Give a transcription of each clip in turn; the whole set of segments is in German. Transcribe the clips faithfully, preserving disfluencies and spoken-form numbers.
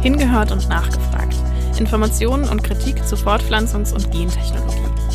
Hingehört und nachgefragt. Informationen und Kritik zu Fortpflanzungs- und Gentechnologie.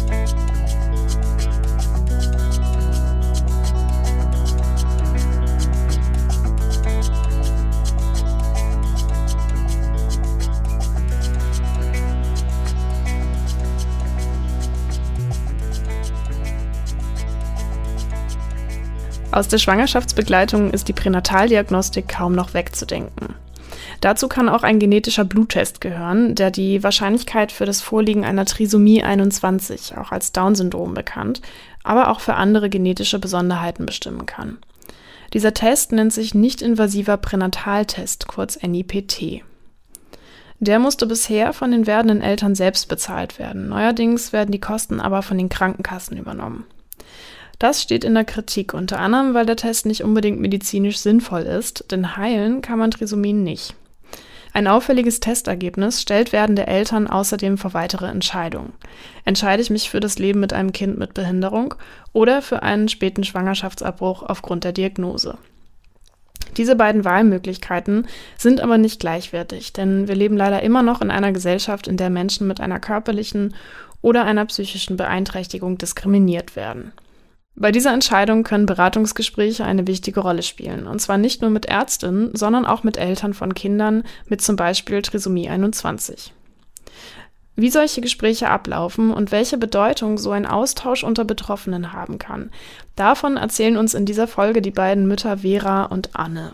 Aus der Schwangerschaftsbegleitung ist die Pränataldiagnostik kaum noch wegzudenken. Dazu kann auch ein genetischer Bluttest gehören, der die Wahrscheinlichkeit für das Vorliegen einer Trisomie einundzwanzig, auch als Down-Syndrom bekannt, aber auch für andere genetische Besonderheiten bestimmen kann. Dieser Test nennt sich nicht-invasiver Pränataltest, kurz N I P T. Der musste bisher von den werdenden Eltern selbst bezahlt werden. Neuerdings werden die Kosten aber von den Krankenkassen übernommen. Das steht in der Kritik, unter anderem, weil der Test nicht unbedingt medizinisch sinnvoll ist, denn heilen kann man Trisomien nicht. Ein auffälliges Testergebnis stellt werdende Eltern außerdem vor weitere Entscheidungen. Entscheide ich mich für das Leben mit einem Kind mit Behinderung oder für einen späten Schwangerschaftsabbruch aufgrund der Diagnose? Diese beiden Wahlmöglichkeiten sind aber nicht gleichwertig, denn wir leben leider immer noch in einer Gesellschaft, in der Menschen mit einer körperlichen oder einer psychischen Beeinträchtigung diskriminiert werden. Bei dieser Entscheidung können Beratungsgespräche eine wichtige Rolle spielen, und zwar nicht nur mit Ärztinnen, sondern auch mit Eltern von Kindern mit zum Beispiel Trisomie einundzwanzig. Wie solche Gespräche ablaufen und welche Bedeutung so ein Austausch unter Betroffenen haben kann, davon erzählen uns in dieser Folge die beiden Mütter Vera und Anne.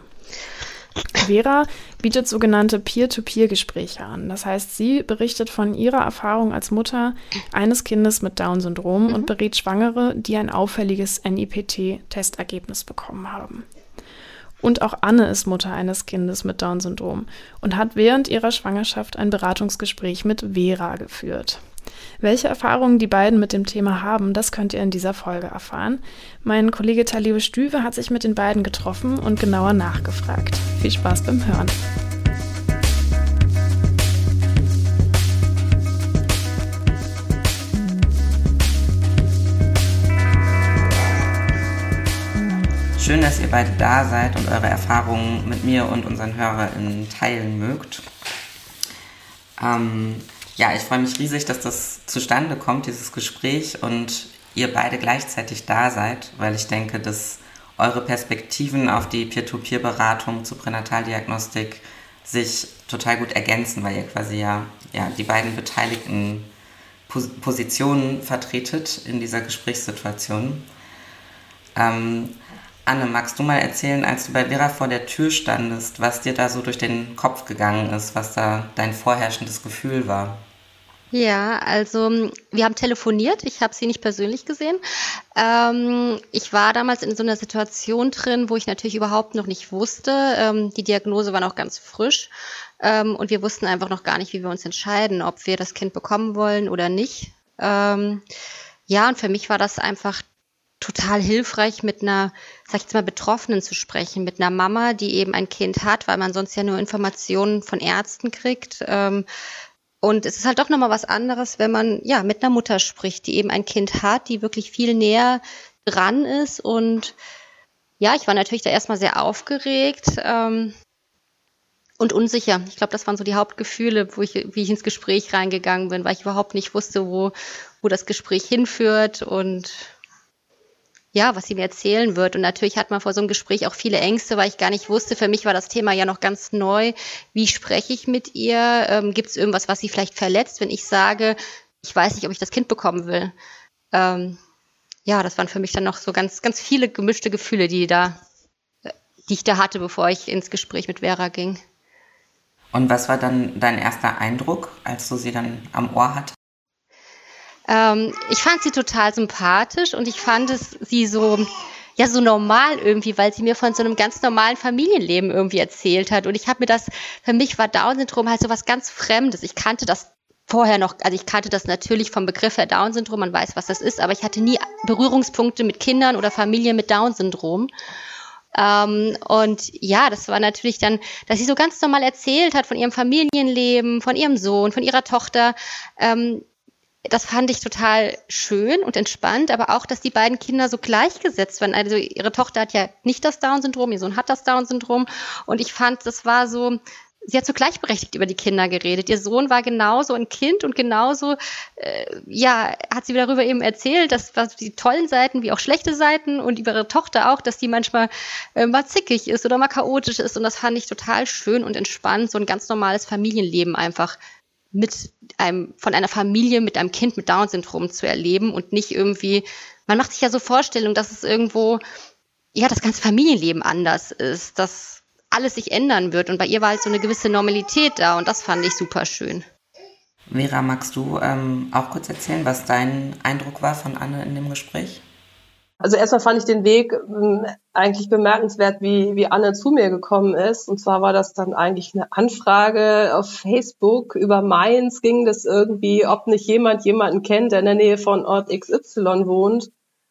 Vera bietet sogenannte Peer-to-Peer-Gespräche an. Das heißt, sie berichtet von ihrer Erfahrung als Mutter eines Kindes mit Down-Syndrom mhm. und berät Schwangere, die ein auffälliges N I P T-Testergebnis bekommen haben. Und auch Anne ist Mutter eines Kindes mit Down-Syndrom und hat während ihrer Schwangerschaft ein Beratungsgespräch mit Vera geführt. Welche Erfahrungen die beiden mit dem Thema haben, das könnt ihr in dieser Folge erfahren. Mein Kollege Taliwe Stüwe hat sich mit den beiden getroffen und genauer nachgefragt. Viel Spaß beim Hören. Schön, dass ihr beide da seid und eure Erfahrungen mit mir und unseren HörerInnen teilen mögt. Ähm, ja, ich freue mich riesig, dass das zustande kommt, dieses Gespräch, und ihr beide gleichzeitig da seid, weil ich denke, dass eure Perspektiven auf die Peer-to-Peer-Beratung zur Pränataldiagnostik sich total gut ergänzen, weil ihr quasi ja, ja die beiden beteiligten Pos- Positionen vertretet in dieser Gesprächssituation. Ähm, Anne, magst du mal erzählen, als du bei Vera vor der Tür standest, was dir da so durch den Kopf gegangen ist, was da dein vorherrschendes Gefühl war? Ja, also wir haben telefoniert, ich habe sie nicht persönlich gesehen. Ähm, ich war damals in so einer Situation drin, wo ich natürlich überhaupt noch nicht wusste. Ähm, die Diagnose war noch ganz frisch ähm, und wir wussten einfach noch gar nicht, wie wir uns entscheiden, ob wir das Kind bekommen wollen oder nicht. Ähm, ja, und für mich war das einfach total hilfreich, mit einer, sag ich jetzt mal, Betroffenen zu sprechen, mit einer Mama, die eben ein Kind hat, weil man sonst ja nur Informationen von Ärzten kriegt. Ähm, und es ist halt doch nochmal was anderes, wenn man ja mit einer Mutter spricht, die eben ein Kind hat, die wirklich viel näher dran ist. Und ja, ich war natürlich da erstmal sehr aufgeregt ähm, und unsicher. Ich glaube, das waren so die Hauptgefühle, wo ich, wie ich ins Gespräch reingegangen bin, weil ich überhaupt nicht wusste, wo, wo das Gespräch hinführt und ja, was sie mir erzählen wird. Und natürlich hat man vor so einem Gespräch auch viele Ängste, weil ich gar nicht wusste, für mich war das Thema ja noch ganz neu. Wie spreche ich mit ihr? Ähm, gibt es irgendwas, was sie vielleicht verletzt, wenn ich sage, ich weiß nicht, ob ich das Kind bekommen will? Ähm, ja, das waren für mich dann noch so ganz, ganz viele gemischte Gefühle, die da, die ich da hatte, bevor ich ins Gespräch mit Vera ging. Und was war dann dein erster Eindruck, als du sie dann am Ohr hattest? Ähm, ich fand sie total sympathisch und ich fand es sie so, ja, so normal irgendwie, weil sie mir von so einem ganz normalen Familienleben irgendwie erzählt hat. Und ich habe mir das, für mich war Down-Syndrom halt so was ganz Fremdes. Ich kannte das vorher noch, also ich kannte das natürlich vom Begriff her Down-Syndrom, man weiß, was das ist, aber ich hatte nie Berührungspunkte mit Kindern oder Familien mit Down-Syndrom. Ähm, und ja, das war natürlich dann, dass sie so ganz normal erzählt hat von ihrem Familienleben, von ihrem Sohn, von ihrer Tochter. Ähm, Das fand ich total schön und entspannt, aber auch, dass die beiden Kinder so gleichgesetzt werden. Also ihre Tochter hat ja nicht das Down-Syndrom, ihr Sohn hat das Down-Syndrom. Und ich fand, das war so, sie hat so gleichberechtigt über die Kinder geredet. Ihr Sohn war genauso ein Kind und genauso, äh, ja, hat sie darüber eben erzählt, dass was die tollen Seiten wie auch schlechte Seiten und über ihre Tochter auch, dass die manchmal äh, mal zickig ist oder mal chaotisch ist. Und das fand ich total schön und entspannt, so ein ganz normales Familienleben einfach mit einem, von einer Familie mit einem Kind mit Down-Syndrom zu erleben und nicht irgendwie, man macht sich ja so Vorstellungen, dass es irgendwo, ja, das ganze Familienleben anders ist, dass alles sich ändern wird. Und bei ihr war halt so eine gewisse Normalität da und das fand ich super schön. Vera, magst du ähm, auch kurz erzählen, was dein Eindruck war von Anne in dem Gespräch? Also erstmal fand ich den Weg ähm, eigentlich bemerkenswert, wie, wie Anne zu mir gekommen ist. Und zwar war das dann eigentlich eine Anfrage auf Facebook. Über Mainz ging das irgendwie, ob nicht jemand jemanden kennt, der in der Nähe von Ort X Y wohnt.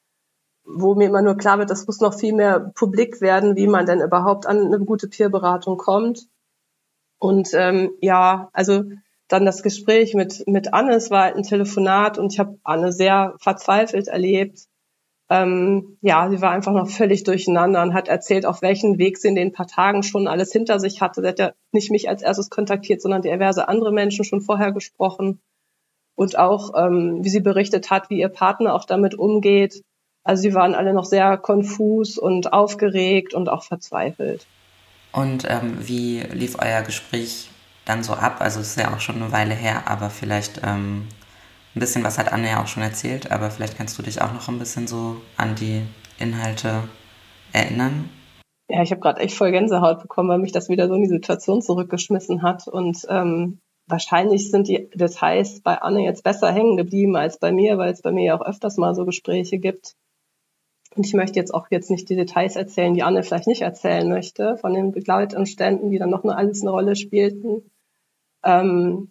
Wo mir immer nur klar wird, das muss noch viel mehr publik werden, wie man denn überhaupt an eine gute Peerberatung kommt. Und ähm, ja, also dann das Gespräch mit mit Anne, es war halt ein Telefonat und ich habe Anne sehr verzweifelt erlebt. Ähm, ja, sie war einfach noch völlig durcheinander und hat erzählt, auf welchen Weg sie in den paar Tagen schon alles hinter sich hatte. Sie hat ja nicht mich als erstes kontaktiert, sondern diverse andere Menschen schon vorher gesprochen. Und auch, ähm, wie sie berichtet hat, wie ihr Partner auch damit umgeht. Also sie waren alle noch sehr konfus und aufgeregt und auch verzweifelt. Und ähm, wie lief euer Gespräch dann so ab? Also es ist ja auch schon eine Weile her, aber vielleicht ähm, ein bisschen was hat Anne ja auch schon erzählt, aber vielleicht kannst du dich auch noch ein bisschen so an die Inhalte erinnern. Ja, ich habe gerade echt voll Gänsehaut bekommen, weil mich das wieder so in die Situation zurückgeschmissen hat. Und ähm, wahrscheinlich sind die Details bei Anne jetzt besser hängen geblieben als bei mir, weil es bei mir ja auch öfters mal so Gespräche gibt. Und ich möchte jetzt auch jetzt nicht die Details erzählen, die Anne vielleicht nicht erzählen möchte, von den Begleitumständen, die dann noch nur alles eine Rolle spielten. Ähm,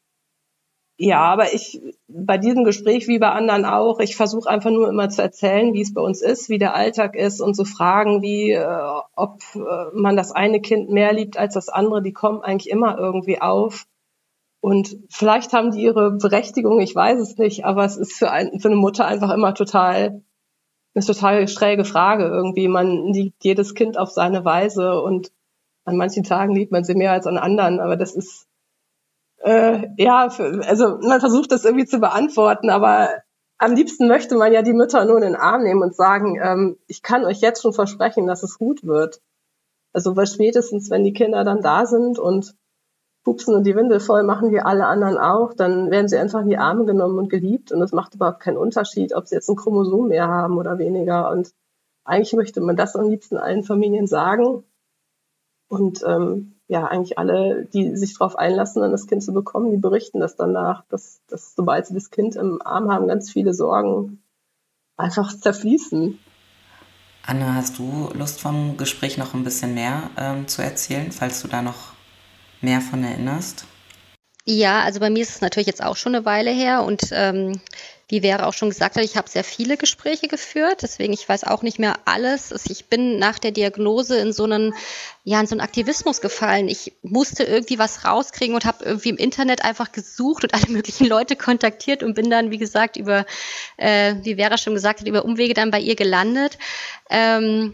ja, aber ich, bei diesem Gespräch wie bei anderen auch, ich versuche einfach nur immer zu erzählen, wie es bei uns ist, wie der Alltag ist und so Fragen wie, äh, ob äh, man das eine Kind mehr liebt als das andere, die kommen eigentlich immer irgendwie auf. Und vielleicht haben die ihre Berechtigung, ich weiß es nicht, aber es ist für, ein, für eine Mutter einfach immer total eine total schräge Frage irgendwie. Man liebt jedes Kind auf seine Weise und an manchen Tagen liebt man sie mehr als an anderen. Aber das ist, äh, ja, für, also man versucht das irgendwie zu beantworten, aber am liebsten möchte man ja die Mütter nur in den Arm nehmen und sagen, ähm, ich kann euch jetzt schon versprechen, dass es gut wird. Also weil spätestens, wenn die Kinder dann da sind und pupsen und die Windel voll machen wie alle anderen auch, dann werden sie einfach in die Arme genommen und geliebt und es macht überhaupt keinen Unterschied, ob sie jetzt ein Chromosom mehr haben oder weniger und eigentlich möchte man das am liebsten allen Familien sagen und ähm, ja, eigentlich alle, die sich darauf einlassen, dann das Kind zu bekommen, die berichten das danach, dass, dass sobald sie das Kind im Arm haben, ganz viele Sorgen einfach zerfließen. Anne, hast du Lust vom Gespräch noch ein bisschen mehr ähm, zu erzählen, falls du da noch mehr von erinnerst? Ja, also bei mir ist es natürlich jetzt auch schon eine Weile her und ähm, wie Vera auch schon gesagt hat, ich habe sehr viele Gespräche geführt, deswegen ich weiß auch nicht mehr alles. Ich bin nach der Diagnose in so einen, ja, in so einen Aktivismus gefallen. Ich musste irgendwie was rauskriegen und habe irgendwie im Internet einfach gesucht und alle möglichen Leute kontaktiert und bin dann, wie gesagt, über, äh, wie Vera schon gesagt hat, über Umwege dann bei ihr gelandet. Ähm,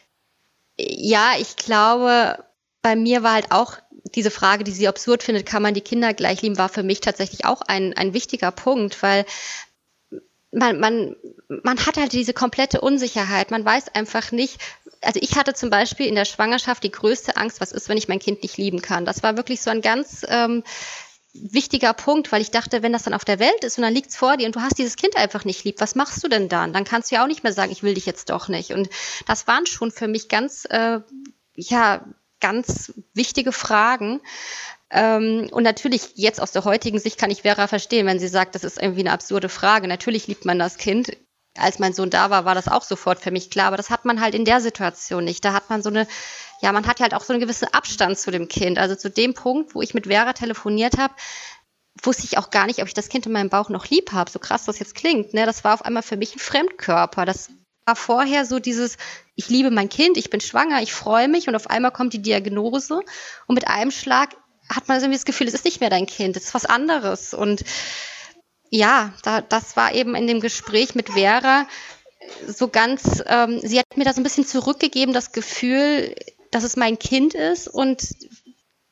ja, ich glaube, bei mir war halt auch diese Frage, die sie absurd findet, kann man die Kinder gleich lieben, war für mich tatsächlich auch ein, ein wichtiger Punkt, weil man, man, man hat halt diese komplette Unsicherheit. Man weiß einfach nicht, also ich hatte zum Beispiel in der Schwangerschaft die größte Angst, was ist, wenn ich mein Kind nicht lieben kann. Das war wirklich so ein ganz ähm, wichtiger Punkt, weil ich dachte, wenn das dann auf der Welt ist und dann liegt's vor dir und du hast dieses Kind einfach nicht lieb, was machst du denn dann? Dann kannst du ja auch nicht mehr sagen, ich will dich jetzt doch nicht. Und das waren schon für mich ganz, äh, ja, ganz wichtige Fragen. Ähm, und natürlich jetzt aus der heutigen Sicht kann ich Vera verstehen, wenn sie sagt, das ist irgendwie eine absurde Frage. Natürlich liebt man das Kind. Als mein Sohn da war, war das auch sofort für mich klar. Aber das hat man halt in der Situation nicht. Da hat man so eine, ja, man hat halt auch so einen gewissen Abstand zu dem Kind. Also zu dem Punkt, wo ich mit Vera telefoniert habe, wusste ich auch gar nicht, ob ich das Kind in meinem Bauch noch lieb habe. So krass das jetzt klingt, ne? Das war auf einmal für mich ein Fremdkörper. Das war vorher so dieses, ich liebe mein Kind, ich bin schwanger, ich freue mich und auf einmal kommt die Diagnose und mit einem Schlag hat man irgendwie das Gefühl, es ist nicht mehr dein Kind, es ist was anderes. Und ja, da, das war eben in dem Gespräch mit Vera so ganz, ähm, sie hat mir da so ein bisschen zurückgegeben, das Gefühl, dass es mein Kind ist und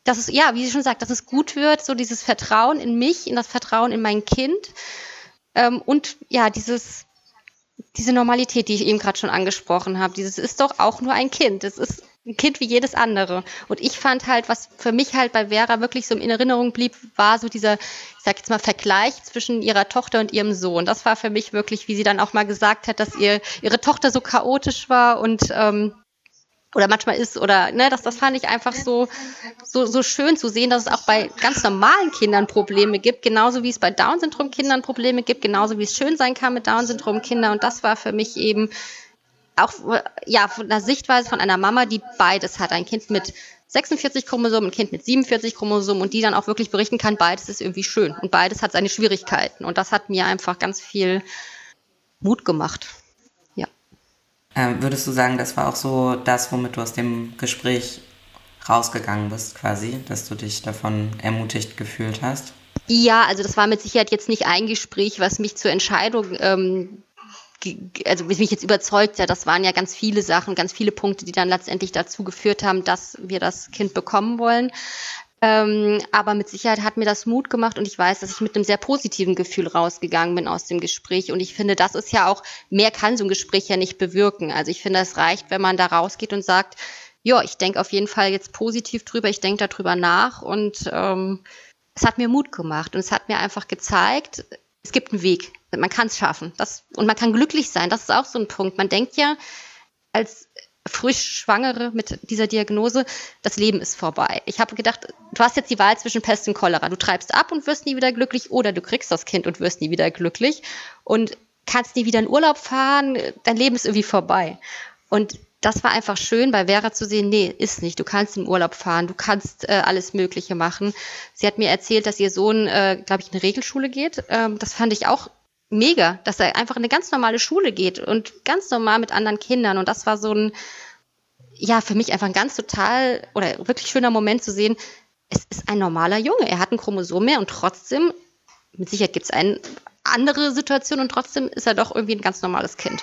dass es, ja, wie sie schon sagt, dass es gut wird, so dieses Vertrauen in mich, in das Vertrauen in mein Kind ähm, und ja, dieses, diese Normalität, die ich eben gerade schon angesprochen habe. Dieses ist doch auch nur ein Kind. Es ist ein Kind wie jedes andere. Und ich fand halt, was für mich halt bei Vera wirklich so in Erinnerung blieb, war so dieser, ich sag jetzt mal, Vergleich zwischen ihrer Tochter und ihrem Sohn. Das war für mich wirklich, wie sie dann auch mal gesagt hat, dass ihr ihre Tochter so chaotisch war und ähm, oder manchmal ist, oder, ne, das, das fand ich einfach so, so, so schön zu sehen, dass es auch bei ganz normalen Kindern Probleme gibt, genauso wie es bei Down-Syndrom-Kindern Probleme gibt, genauso wie es schön sein kann mit Down-Syndrom-Kindern. Und das war für mich eben auch, ja, von der Sichtweise von einer Mama, die beides hat. Ein Kind mit sechsundvierzig Chromosomen, ein Kind mit siebenundvierzig Chromosomen und die dann auch wirklich berichten kann, beides ist irgendwie schön und beides hat seine Schwierigkeiten. Und das hat mir einfach ganz viel Mut gemacht. Ähm, würdest du sagen, das war auch so das, womit du aus dem Gespräch rausgegangen bist quasi, dass du dich davon ermutigt gefühlt hast? Ja, also das war mit Sicherheit jetzt nicht ein Gespräch, was mich zur Entscheidung, ähm, ge- also was mich jetzt überzeugt hat. Das waren ja ganz viele Sachen, ganz viele Punkte, die dann letztendlich dazu geführt haben, dass wir das Kind bekommen wollen. Ähm, aber mit Sicherheit hat mir das Mut gemacht und ich weiß, dass ich mit einem sehr positiven Gefühl rausgegangen bin aus dem Gespräch und ich finde, das ist ja auch, mehr kann so ein Gespräch ja nicht bewirken. Also ich finde, es reicht, wenn man da rausgeht und sagt, ja, ich denke auf jeden Fall jetzt positiv drüber, ich denke darüber nach und ähm, es hat mir Mut gemacht und es hat mir einfach gezeigt, es gibt einen Weg, man kann es schaffen das, und man kann glücklich sein, das ist auch so ein Punkt. Man denkt ja als frisch Schwangere mit dieser Diagnose, das Leben ist vorbei. Ich habe gedacht, du hast jetzt die Wahl zwischen Pest und Cholera. Du treibst ab und wirst nie wieder glücklich oder du kriegst das Kind und wirst nie wieder glücklich und kannst nie wieder in Urlaub fahren. Dein Leben ist irgendwie vorbei. Und das war einfach schön, bei Vera zu sehen, nee, ist nicht. Du kannst in Urlaub fahren, du kannst äh, alles Mögliche machen. Sie hat mir erzählt, dass ihr Sohn, äh, glaube ich, in eine Regelschule geht. Ähm, das fand ich auch mega, dass er einfach in eine ganz normale Schule geht und ganz normal mit anderen Kindern. Und das war so ein, ja, für mich einfach ein ganz total oder wirklich schöner Moment zu sehen, es ist ein normaler Junge. Er hat ein Chromosom mehr und trotzdem, mit Sicherheit gibt es eine andere Situation und trotzdem ist er doch irgendwie ein ganz normales Kind.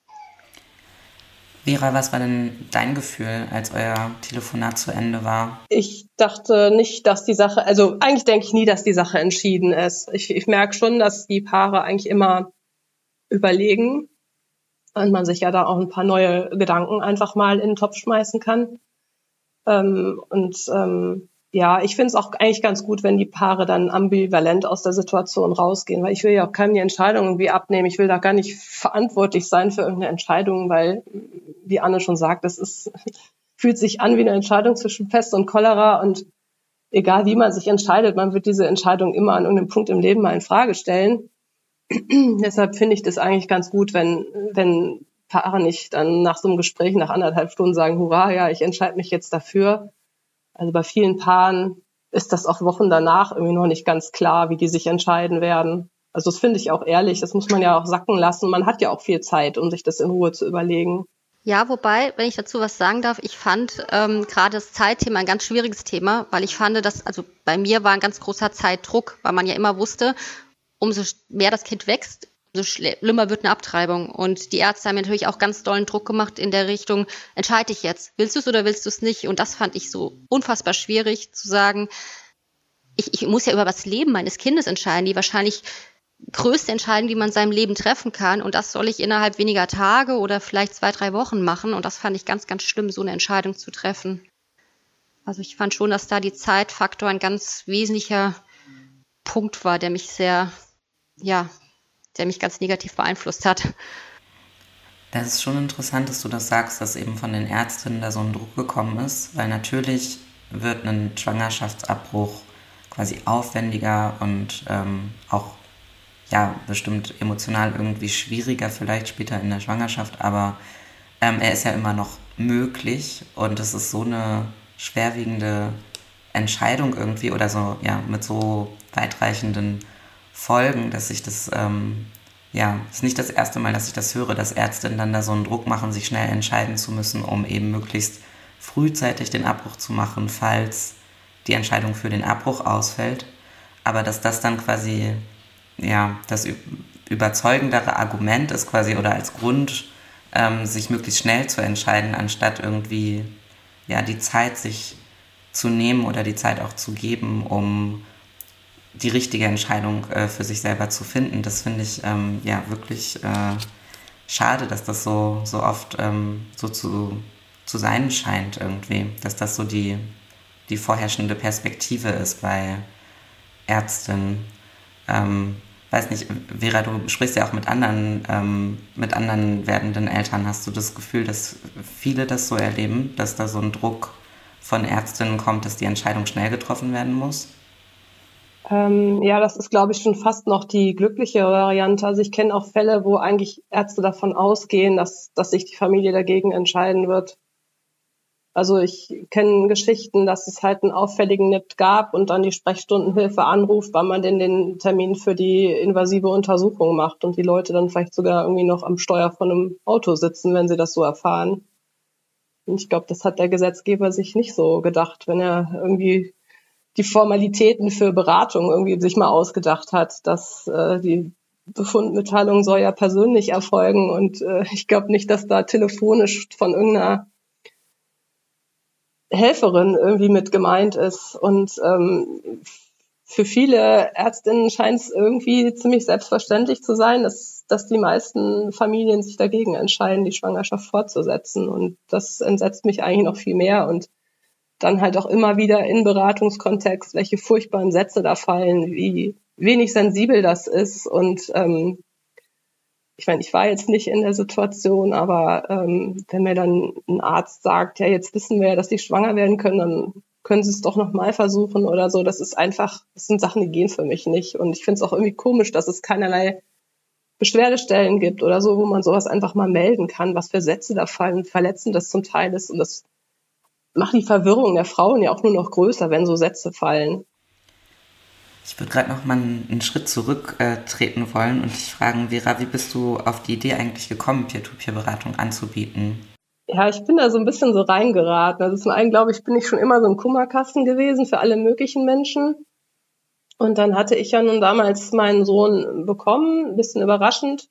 Vera, was war denn dein Gefühl, als euer Telefonat zu Ende war? Ich dachte nicht, dass die Sache, also eigentlich denke ich nie, dass die Sache entschieden ist. Ich, ich merke schon, dass die Paare eigentlich immer überlegen und man sich ja da auch ein paar neue Gedanken einfach mal in den Topf schmeißen kann. Ähm, und ähm, ja, ich finde es auch eigentlich ganz gut, wenn die Paare dann ambivalent aus der Situation rausgehen, weil ich will ja auch keinem die Entscheidung irgendwie abnehmen. Ich will da gar nicht verantwortlich sein für irgendeine Entscheidung, weil, wie Anne schon sagt, das ist, fühlt sich an wie eine Entscheidung zwischen Pest und Cholera und egal wie man sich entscheidet, man wird diese Entscheidung immer an irgendeinem Punkt im Leben mal in Frage stellen. Deshalb finde ich das eigentlich ganz gut, wenn, wenn Paare nicht dann nach so einem Gespräch nach anderthalb Stunden sagen, hurra, ja, ich entscheide mich jetzt dafür. Also bei vielen Paaren ist das auch Wochen danach irgendwie noch nicht ganz klar, wie die sich entscheiden werden. Also das finde ich auch ehrlich, das muss man ja auch sacken lassen. Man hat ja auch viel Zeit, um sich das in Ruhe zu überlegen. Ja, wobei, wenn ich dazu was sagen darf, ich fand ähm, gerade das Zeitthema ein ganz schwieriges Thema, weil ich fand, dass, also bei mir war ein ganz großer Zeitdruck, weil man ja immer wusste, umso mehr das Kind wächst, umso schlimmer wird eine Abtreibung. Und die Ärzte haben mir natürlich auch ganz dollen Druck gemacht in der Richtung, entscheide dich jetzt, willst du es oder willst du es nicht? Und das fand ich so unfassbar schwierig zu sagen, ich, ich muss ja über das Leben meines Kindes entscheiden, die wahrscheinlich größte Entscheidung, die man in seinem Leben treffen kann. Und das soll ich innerhalb weniger Tage oder vielleicht zwei, drei Wochen machen. Und das fand ich ganz, ganz schlimm, so eine Entscheidung zu treffen. Also ich fand schon, dass da die Zeitfaktor ein ganz wesentlicher Punkt war, der mich sehr, ja, der mich ganz negativ beeinflusst hat. Das ist schon interessant, dass du das sagst, dass eben von den Ärztinnen da so ein Druck gekommen ist, weil natürlich wird ein Schwangerschaftsabbruch quasi aufwendiger und ähm, auch ja bestimmt emotional irgendwie schwieriger vielleicht später in der Schwangerschaft, aber ähm, er ist ja immer noch möglich und es ist so eine schwerwiegende Entscheidung irgendwie oder so, ja, mit so weitreichenden Folgen, dass ich das, ähm, ja, es ist nicht das erste Mal, dass ich das höre, dass Ärztinnen dann da so einen Druck machen, sich schnell entscheiden zu müssen, um eben möglichst frühzeitig den Abbruch zu machen, falls die Entscheidung für den Abbruch ausfällt. Aber dass das dann quasi, ja, das überzeugendere Argument ist quasi oder als Grund, ähm, sich möglichst schnell zu entscheiden, anstatt irgendwie, ja, die Zeit sich zu nehmen oder die Zeit auch zu geben, um die richtige Entscheidung äh, für sich selber zu finden. Das finde ich ähm, ja wirklich äh, schade, dass das so, so oft ähm, so zu, zu sein scheint irgendwie, dass das so die, die vorherrschende Perspektive ist bei Ärztinnen. Ähm, weiß nicht, Vera, du sprichst ja auch mit anderen, ähm, mit anderen werdenden Eltern. Hast du das Gefühl, dass viele das so erleben, dass da so ein Druck von Ärztinnen kommt, dass die Entscheidung schnell getroffen werden muss? Ähm, ja, das ist, glaube ich, schon fast noch die glückliche Variante. Also ich kenne auch Fälle, wo eigentlich Ärzte davon ausgehen, dass, dass sich die Familie dagegen entscheiden wird. Also ich kenne Geschichten, dass es halt einen auffälligen N I P T gab und dann die Sprechstundenhilfe anruft, wann man denn den Termin für die invasive Untersuchung macht und die Leute dann vielleicht sogar irgendwie noch am Steuer von einem Auto sitzen, wenn sie das so erfahren. Und ich glaube, das hat der Gesetzgeber sich nicht so gedacht, wenn er irgendwie die Formalitäten für Beratung irgendwie sich mal ausgedacht hat, dass äh, die Befundmitteilung soll ja persönlich erfolgen und äh, ich glaube nicht, dass da telefonisch von irgendeiner Helferin irgendwie mit gemeint ist. Und ähm, für viele Ärztinnen scheint es irgendwie ziemlich selbstverständlich zu sein, dass, dass die meisten Familien sich dagegen entscheiden, die Schwangerschaft fortzusetzen. Und das entsetzt mich eigentlich noch viel mehr. Und dann halt auch immer wieder in Beratungskontext, welche furchtbaren Sätze da fallen, wie wenig sensibel das ist. Und ähm, ich meine, ich war jetzt nicht in der Situation, aber ähm, wenn mir dann ein Arzt sagt, ja, jetzt wissen wir ja, dass sie schwanger werden können, dann können sie es doch nochmal versuchen oder so. Das ist einfach, das sind Sachen, die gehen für mich nicht. Und ich finde es auch irgendwie komisch, dass es keinerlei Beschwerdestellen gibt oder so, wo man sowas einfach mal melden kann, was für Sätze da fallen, verletzend das zum Teil ist. Und das macht die Verwirrung der Frauen ja auch nur noch größer, wenn so Sätze fallen. Ich würde gerade noch mal einen Schritt zurücktreten äh, wollen und dich fragen, Vera, wie bist du auf die Idee eigentlich gekommen, Peer-to-Peer-Beratung anzubieten? Ja, ich bin da so ein bisschen so reingeraten. Also zum einen, glaube ich, bin ich schon immer so ein Kummerkasten gewesen für alle möglichen Menschen. Und dann hatte ich ja nun damals meinen Sohn bekommen, ein bisschen überraschend.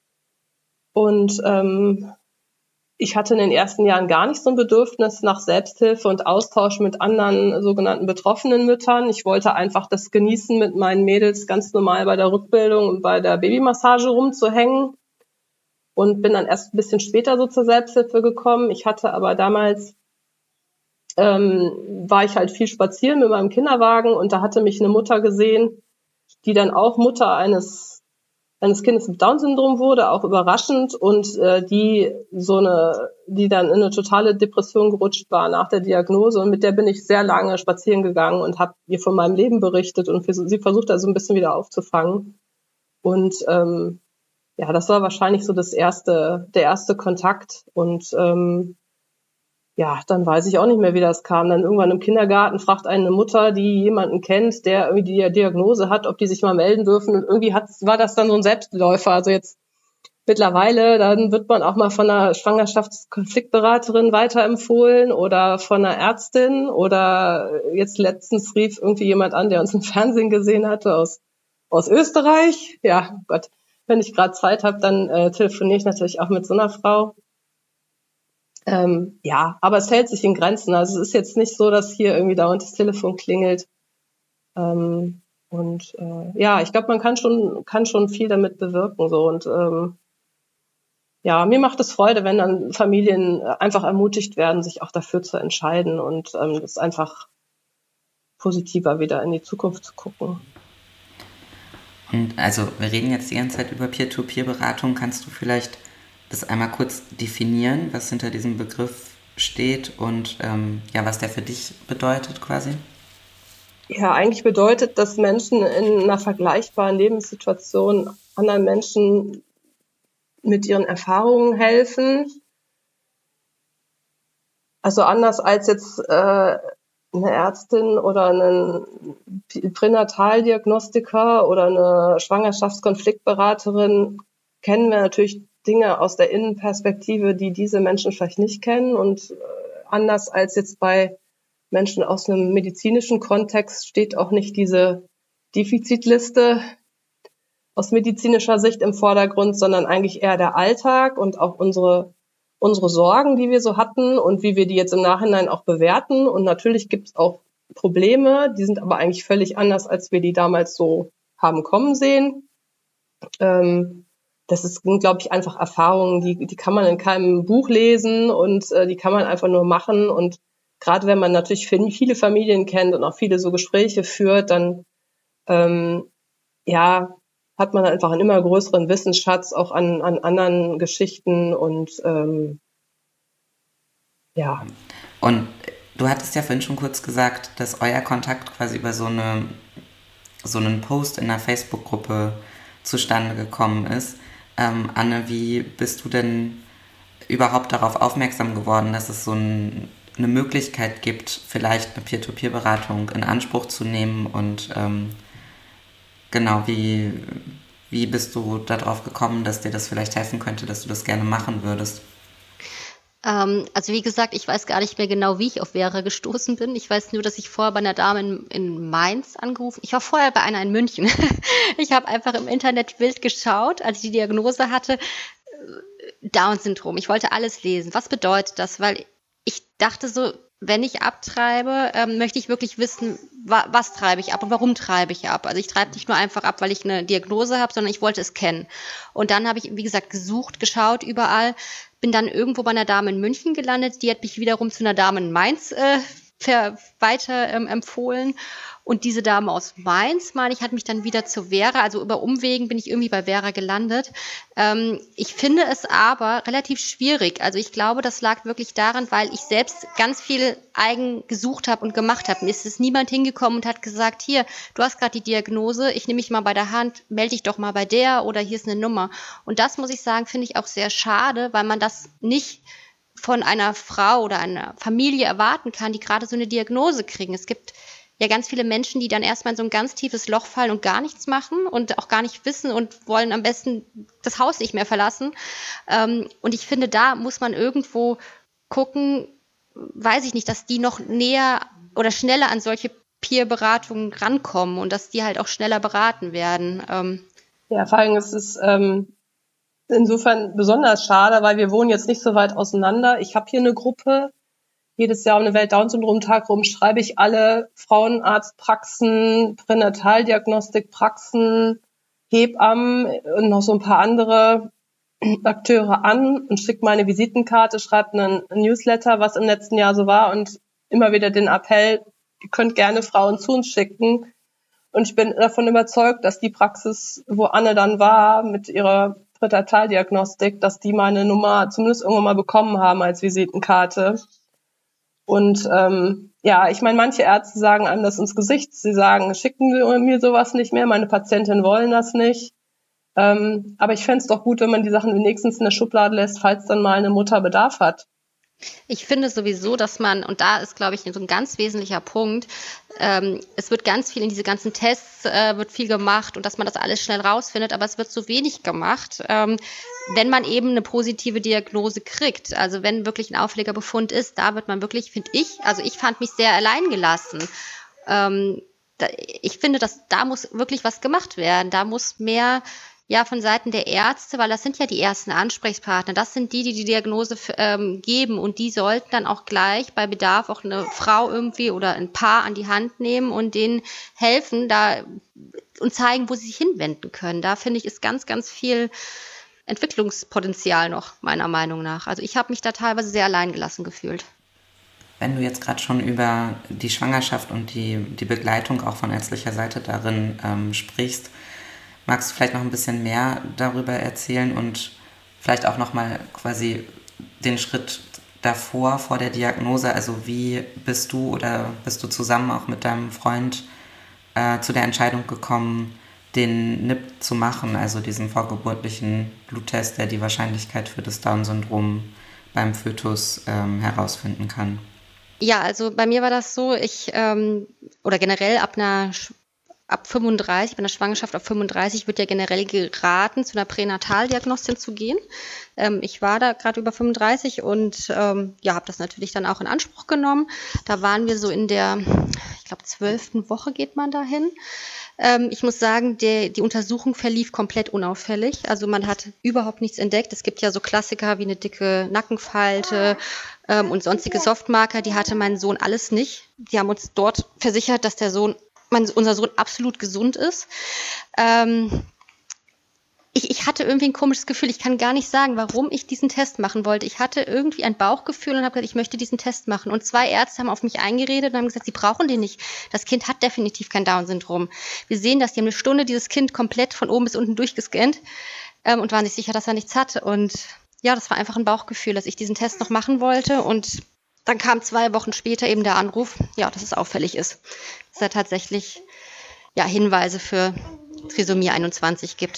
Und ähm, ich hatte in den ersten Jahren gar nicht so ein Bedürfnis nach Selbsthilfe und Austausch mit anderen sogenannten betroffenen Müttern. Ich wollte einfach das genießen, mit meinen Mädels ganz normal bei der Rückbildung und bei der Babymassage rumzuhängen und bin dann erst ein bisschen später so zur Selbsthilfe gekommen. Ich hatte aber damals, ähm, war ich halt viel spazieren mit meinem Kinderwagen und da hatte mich eine Mutter gesehen, die dann auch Mutter eines eines Kindes mit Down-Syndrom wurde, auch überraschend, und äh, die so eine, die dann in eine totale Depression gerutscht war nach der Diagnose, und mit der bin ich sehr lange spazieren gegangen und habe ihr von meinem Leben berichtet und für, sie versucht da so ein bisschen wieder aufzufangen. Und ähm, ja, das war wahrscheinlich so das erste, der erste Kontakt. Und ähm, ja, dann weiß ich auch nicht mehr, wie das kam. Dann irgendwann im Kindergarten fragt eine Mutter, die jemanden kennt, der irgendwie die Diagnose hat, ob die sich mal melden dürfen. Und irgendwie hat, war das dann so ein Selbstläufer. Also jetzt mittlerweile, dann wird man auch mal von einer Schwangerschaftskonfliktberaterin weiterempfohlen oder von einer Ärztin. Oder jetzt letztens rief irgendwie jemand an, der uns im Fernsehen gesehen hatte aus, aus Österreich. Ja, Gott, wenn ich gerade Zeit habe, dann äh, telefoniere ich natürlich auch mit so einer Frau. Ähm, ja, aber es hält sich in Grenzen. Also es ist jetzt nicht so, dass hier irgendwie dauernd das Telefon klingelt. Ähm, und äh, ja, ich glaube, man kann schon kann schon viel damit bewirken. So und ähm, ja, mir macht es Freude, wenn dann Familien einfach ermutigt werden, sich auch dafür zu entscheiden und ähm, das einfach positiver wieder in die Zukunft zu gucken. Und also wir reden jetzt die ganze Zeit über Peer-to-Peer-Beratung. Kannst du vielleicht das einmal kurz definieren, was hinter diesem Begriff steht und ähm, ja, was der für dich bedeutet quasi? Ja, eigentlich bedeutet, dass Menschen in einer vergleichbaren Lebenssituation anderen Menschen mit ihren Erfahrungen helfen. Also anders als jetzt äh, eine Ärztin oder ein Pränataldiagnostiker oder eine Schwangerschaftskonfliktberaterin kennen wir natürlich Dinge aus der Innenperspektive, die diese Menschen vielleicht nicht kennen. Und äh, anders als jetzt bei Menschen aus einem medizinischen Kontext steht auch nicht diese Defizitliste aus medizinischer Sicht im Vordergrund, sondern eigentlich eher der Alltag und auch unsere unsere Sorgen, die wir so hatten und wie wir die jetzt im Nachhinein auch bewerten. Und natürlich gibt es auch Probleme, die sind aber eigentlich völlig anders, als wir die damals so haben kommen sehen. Ähm, das ist, glaube ich, einfach Erfahrungen, die, die kann man in keinem Buch lesen und äh, die kann man einfach nur machen. Und gerade wenn man natürlich viele Familien kennt und auch viele so Gespräche führt, dann ähm, ja, hat man einfach einen immer größeren Wissensschatz auch an, an anderen Geschichten und ähm, ja. Und du hattest ja vorhin schon kurz gesagt, dass euer Kontakt quasi über so eine so einen Post in einer Facebook-Gruppe zustande gekommen ist. Ähm, Anne, wie bist du denn überhaupt darauf aufmerksam geworden, dass es so ein, eine Möglichkeit gibt, vielleicht eine Peer-to-Peer-Beratung in Anspruch zu nehmen und ähm, genau, wie, wie bist du darauf gekommen, dass dir das vielleicht helfen könnte, dass du das gerne machen würdest? Ähm, also wie gesagt, ich weiß gar nicht mehr genau, wie ich auf Vera gestoßen bin. Ich weiß nur, dass ich vorher bei einer Dame in, in Mainz angerufen. Ich war vorher bei einer in München. Ich habe einfach im Internet wild geschaut, als ich die Diagnose hatte, Down-Syndrom. Ich wollte alles lesen. Was bedeutet das? Weil ich dachte so, wenn ich abtreibe, ähm, möchte ich wirklich wissen, wa- was treibe ich ab und warum treibe ich ab. Also ich treibe nicht nur einfach ab, weil ich eine Diagnose habe, sondern ich wollte es kennen. Und dann habe ich, wie gesagt, gesucht, geschaut überall, bin dann irgendwo bei einer Dame in München gelandet, die hat mich wiederum zu einer Dame in Mainz äh, ver- weiter ähm, empfohlen. Und diese Dame aus Mainz, meine ich, hat mich dann wieder zu Vera, also über Umwegen bin ich irgendwie bei Vera gelandet. Ähm, ich finde es aber relativ schwierig. Also ich glaube, das lag wirklich daran, weil ich selbst ganz viel eigen gesucht habe und gemacht habe. Mir ist es niemand hingekommen und hat gesagt, hier, du hast gerade die Diagnose, ich nehme mich mal bei der Hand, melde dich doch mal bei der oder hier ist eine Nummer. Und das, muss ich sagen, finde ich auch sehr schade, weil man das nicht von einer Frau oder einer Familie erwarten kann, die gerade so eine Diagnose kriegen. Es gibt ja ganz viele Menschen, die dann erstmal in so ein ganz tiefes Loch fallen und gar nichts machen und auch gar nicht wissen und wollen am besten das Haus nicht mehr verlassen. Ähm, und ich finde, da muss man irgendwo gucken, weiß ich nicht, dass die noch näher oder schneller an solche Peer-Beratungen rankommen und dass die halt auch schneller beraten werden. Ähm, Ja, vor allem ist es ähm, insofern besonders schade, weil wir wohnen jetzt nicht so weit auseinander. Ich habe hier eine Gruppe. Jedes Jahr um den Welt-Down-Syndrom-Tag rum schreibe ich alle Frauenarztpraxen, Pränataldiagnostikpraxen, Hebammen und noch so ein paar andere Akteure an und schicke meine Visitenkarte, schreibe einen Newsletter, was im letzten Jahr so war und immer wieder den Appell, ihr könnt gerne Frauen zu uns schicken. Und ich bin davon überzeugt, dass die Praxis, wo Anne dann war mit ihrer Pränataldiagnostik, dass die meine Nummer zumindest irgendwann mal bekommen haben als Visitenkarte. Und ähm, ja, ich meine, manche Ärzte sagen einem das ins Gesicht. Sie sagen, schicken Sie mir sowas nicht mehr, meine Patientinnen wollen das nicht. Ähm, aber ich fände es doch gut, wenn man die Sachen wenigstens in der Schublade lässt, falls dann mal eine Mutter Bedarf hat. Ich finde sowieso, dass man, und da ist, glaube ich, so ein ganz wesentlicher Punkt, ähm, es wird ganz viel in diese ganzen Tests, äh, wird viel gemacht und dass man das alles schnell rausfindet, aber es wird so wenig gemacht, ähm, wenn man eben eine positive Diagnose kriegt. Also wenn wirklich ein Auflegerbefund ist, da wird man wirklich, finde ich, also ich fand mich sehr allein gelassen. Ähm, da, ich finde, dass da muss wirklich was gemacht werden. Da muss mehr ja von Seiten der Ärzte, weil das sind ja die ersten Ansprechpartner, das sind die, die die Diagnose ähm, geben und die sollten dann auch gleich bei Bedarf auch eine Frau irgendwie oder ein Paar an die Hand nehmen und denen helfen da und zeigen, wo sie sich hinwenden können. Da finde ich, ist ganz, ganz viel Entwicklungspotenzial noch, meiner Meinung nach. Also ich habe mich da teilweise sehr allein gelassen gefühlt. Wenn du jetzt gerade schon über die Schwangerschaft und die, die Begleitung auch von ärztlicher Seite darin ähm, sprichst, magst du vielleicht noch ein bisschen mehr darüber erzählen und vielleicht auch nochmal quasi den Schritt davor, vor der Diagnose, also wie bist du oder bist du zusammen auch mit deinem Freund äh, zu der Entscheidung gekommen, den N I P zu machen, also diesen vorgeburtlichen Bluttest, der die Wahrscheinlichkeit für das Down-Syndrom beim Fötus ähm, herausfinden kann? Ja, also bei mir war das so, ich, ähm, oder generell ab einer Ab fünfunddreißig, bei einer Schwangerschaft ab fünfunddreißig wird ja generell geraten, zu einer Pränataldiagnostin zu gehen. Ähm, ich war da gerade über fünfunddreißig und ähm, ja, habe das natürlich dann auch in Anspruch genommen. Da waren wir so in der, ich glaube, zwölften Woche geht man dahin. Ähm, ich muss sagen, der, die Untersuchung verlief komplett unauffällig. Also man hat überhaupt nichts entdeckt. Es gibt ja so Klassiker wie eine dicke Nackenfalte ähm, und sonstige Softmarker. Die hatte mein Sohn alles nicht. Die haben uns dort versichert, dass der Sohn, mein, unser Sohn absolut gesund ist. Ähm, Ich, ich hatte irgendwie ein komisches Gefühl. Ich kann gar nicht sagen, warum ich diesen Test machen wollte. Ich hatte irgendwie ein Bauchgefühl und habe gesagt, ich möchte diesen Test machen. Und zwei Ärzte haben auf mich eingeredet und haben gesagt, sie brauchen den nicht. Das Kind hat definitiv kein Down-Syndrom. Wir sehen das, die haben eine Stunde dieses Kind komplett von oben bis unten durchgescannt ähm, und waren sich sicher, dass er nichts hat. Und ja, das war einfach ein Bauchgefühl, dass ich diesen Test noch machen wollte. Und dann kam zwei Wochen später eben der Anruf, ja, dass es auffällig ist. Dass er tatsächlich ja, Hinweise für Trisomie einundzwanzig gibt.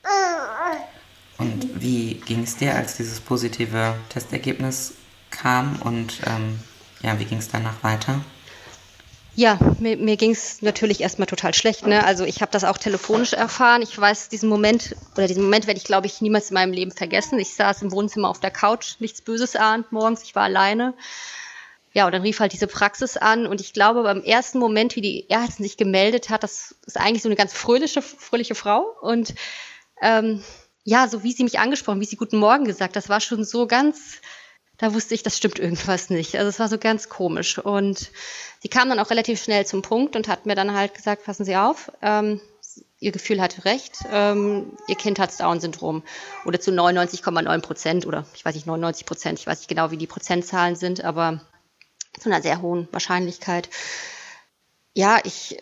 Und wie ging es dir, als dieses positive Testergebnis kam und ähm, ja, wie ging es danach weiter? Ja, mir, mir ging es natürlich erstmal total schlecht. Ne? Also ich habe das auch telefonisch erfahren. Ich weiß, diesen Moment, oder diesen Moment werde ich, glaube ich, niemals in meinem Leben vergessen. Ich saß im Wohnzimmer auf der Couch, nichts Böses ahnt morgens, ich war alleine. Ja, und dann rief halt diese Praxis an und ich glaube, beim ersten Moment, wie die Ärztin sich gemeldet hat, das ist eigentlich so eine ganz fröhliche, fröhliche Frau und ähm, ja, so wie sie mich angesprochen, wie sie Guten Morgen gesagt, das war schon so ganz, da wusste ich, das stimmt irgendwas nicht. Also es war so ganz komisch. Und sie kam dann auch relativ schnell zum Punkt und hat mir dann halt gesagt, passen Sie auf, ähm, Ihr Gefühl hatte recht, ähm, Ihr Kind hat Down-Syndrom. Oder zu neunundneunzig Komma neun Prozent oder ich weiß nicht, neunundneunzig Prozent, ich weiß nicht genau, wie die Prozentzahlen sind, aber zu einer sehr hohen Wahrscheinlichkeit. Ja, ich,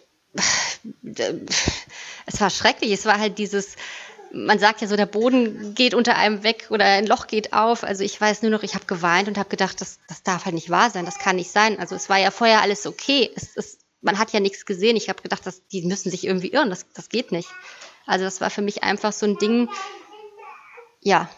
es war schrecklich, es war halt dieses, man sagt ja so, der Boden geht unter einem weg oder ein Loch geht auf. Also ich weiß nur noch, ich habe geweint und habe gedacht, das, das darf halt nicht wahr sein, das kann nicht sein. Also es war ja vorher alles okay. Es, es, man hat ja nichts gesehen. Ich habe gedacht, das, die müssen sich irgendwie irren, das, das geht nicht. Also das war für mich einfach so ein Ding, ja,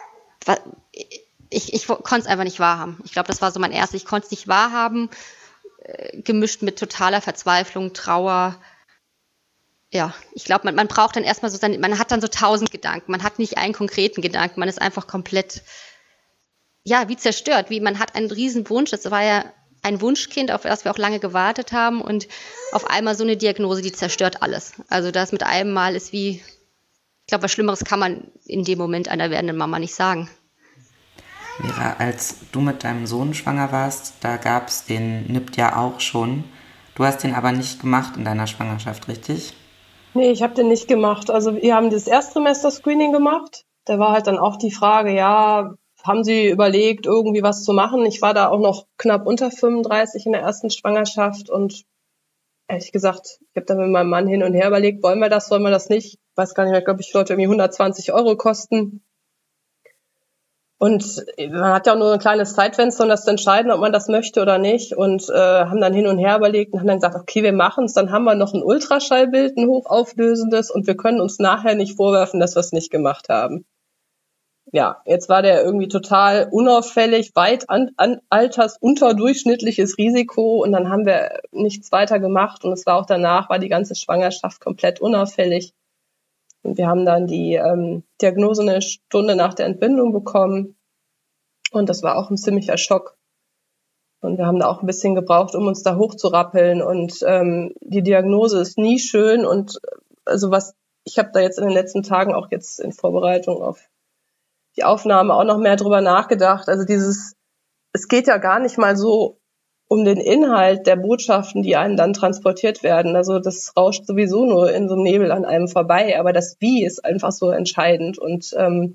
ich, ich konnte es einfach nicht wahrhaben. Ich glaube, das war so mein erstes, ich konnte es nicht wahrhaben, äh, gemischt mit totaler Verzweiflung, Trauer. Ja, ich glaube, man, man braucht dann erstmal so, seine, man hat dann so tausend Gedanken, man hat nicht einen konkreten Gedanken, man ist einfach komplett, ja, wie zerstört, wie man hat einen riesen Wunsch, das war ja ein Wunschkind, auf das wir auch lange gewartet haben und auf einmal so eine Diagnose, die zerstört alles. Also das mit einem Mal ist wie, ich glaube, was Schlimmeres kann man in dem Moment einer werdenden Mama nicht sagen. Vera, als du mit deinem Sohn schwanger warst, da gab es den N I P T ja auch schon. Du hast den aber nicht gemacht in deiner Schwangerschaft, richtig? Nee, ich habe den nicht gemacht. Also wir haben das Erstsemester-Screening gemacht. Da war halt dann auch die Frage, ja, haben Sie überlegt, irgendwie was zu machen? Ich war da auch noch knapp unter fünfunddreißig in der ersten Schwangerschaft und ehrlich gesagt, ich habe dann mit meinem Mann hin und her überlegt, wollen wir das, wollen wir das nicht? Ich weiß gar nicht mehr, glaube ich, sollte irgendwie hundertzwanzig Euro kosten. Und man hat ja auch nur ein kleines Zeitfenster, um das zu entscheiden, ob man das möchte oder nicht. Und äh, haben dann hin und her überlegt und haben dann gesagt, okay, wir machen es. Dann haben wir noch ein Ultraschallbild, ein hochauflösendes. Und wir können uns nachher nicht vorwerfen, dass wir es nicht gemacht haben. Ja, jetzt war der irgendwie total unauffällig, weit an, an altersunterdurchschnittliches Risiko. Und dann haben wir nichts weiter gemacht. Und es war auch danach, war die ganze Schwangerschaft komplett unauffällig. Und wir haben dann die ähm, Diagnose eine Stunde nach der Entbindung bekommen. Und das war auch ein ziemlicher Schock. Und wir haben da auch ein bisschen gebraucht, um uns da hochzurappeln. Und ähm, die Diagnose ist nie schön. Und also was, ich habe da jetzt in den letzten Tagen auch jetzt in Vorbereitung auf die Aufnahme auch noch mehr drüber nachgedacht. Also dieses, es geht ja gar nicht mal so um den Inhalt der Botschaften, die einem dann transportiert werden. Also das rauscht sowieso nur in so einem Nebel an einem vorbei, aber das Wie ist einfach so entscheidend und ähm,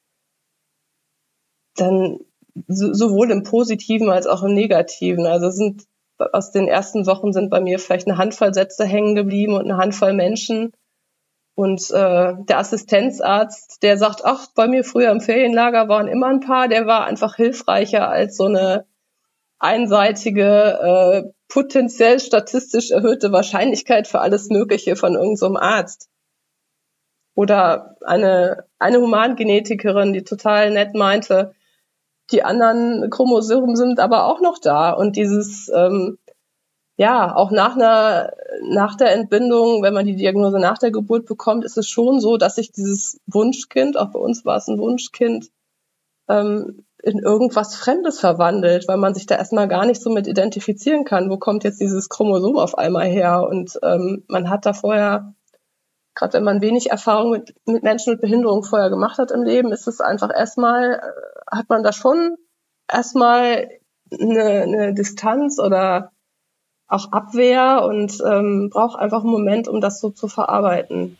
dann so, sowohl im Positiven als auch im Negativen. Also sind aus den ersten Wochen sind bei mir vielleicht eine Handvoll Sätze hängen geblieben und eine Handvoll Menschen. Und äh, der Assistenzarzt, der sagt, ach, bei mir früher im Ferienlager waren immer ein paar, der war einfach hilfreicher als so eine einseitige, äh, potenziell statistisch erhöhte Wahrscheinlichkeit für alles Mögliche von irgendeinem so Arzt. Oder eine, eine Humangenetikerin, die total nett meinte, die anderen Chromosomen sind aber auch noch da. Und dieses, ähm, ja, auch nach einer, nach der Entbindung, wenn man die Diagnose nach der Geburt bekommt, ist es schon so, dass sich dieses Wunschkind, auch bei uns war es ein Wunschkind, ähm, in irgendwas Fremdes verwandelt, weil man sich da erstmal gar nicht so mit identifizieren kann. Wo kommt jetzt dieses Chromosom auf einmal her? Und ähm, man hat da vorher, gerade wenn man wenig Erfahrung mit, mit Menschen mit Behinderung vorher gemacht hat im Leben, ist es einfach erstmal, äh, hat man da schon erstmal eine, eine Distanz oder auch Abwehr und ähm, braucht einfach einen Moment, um das so zu verarbeiten.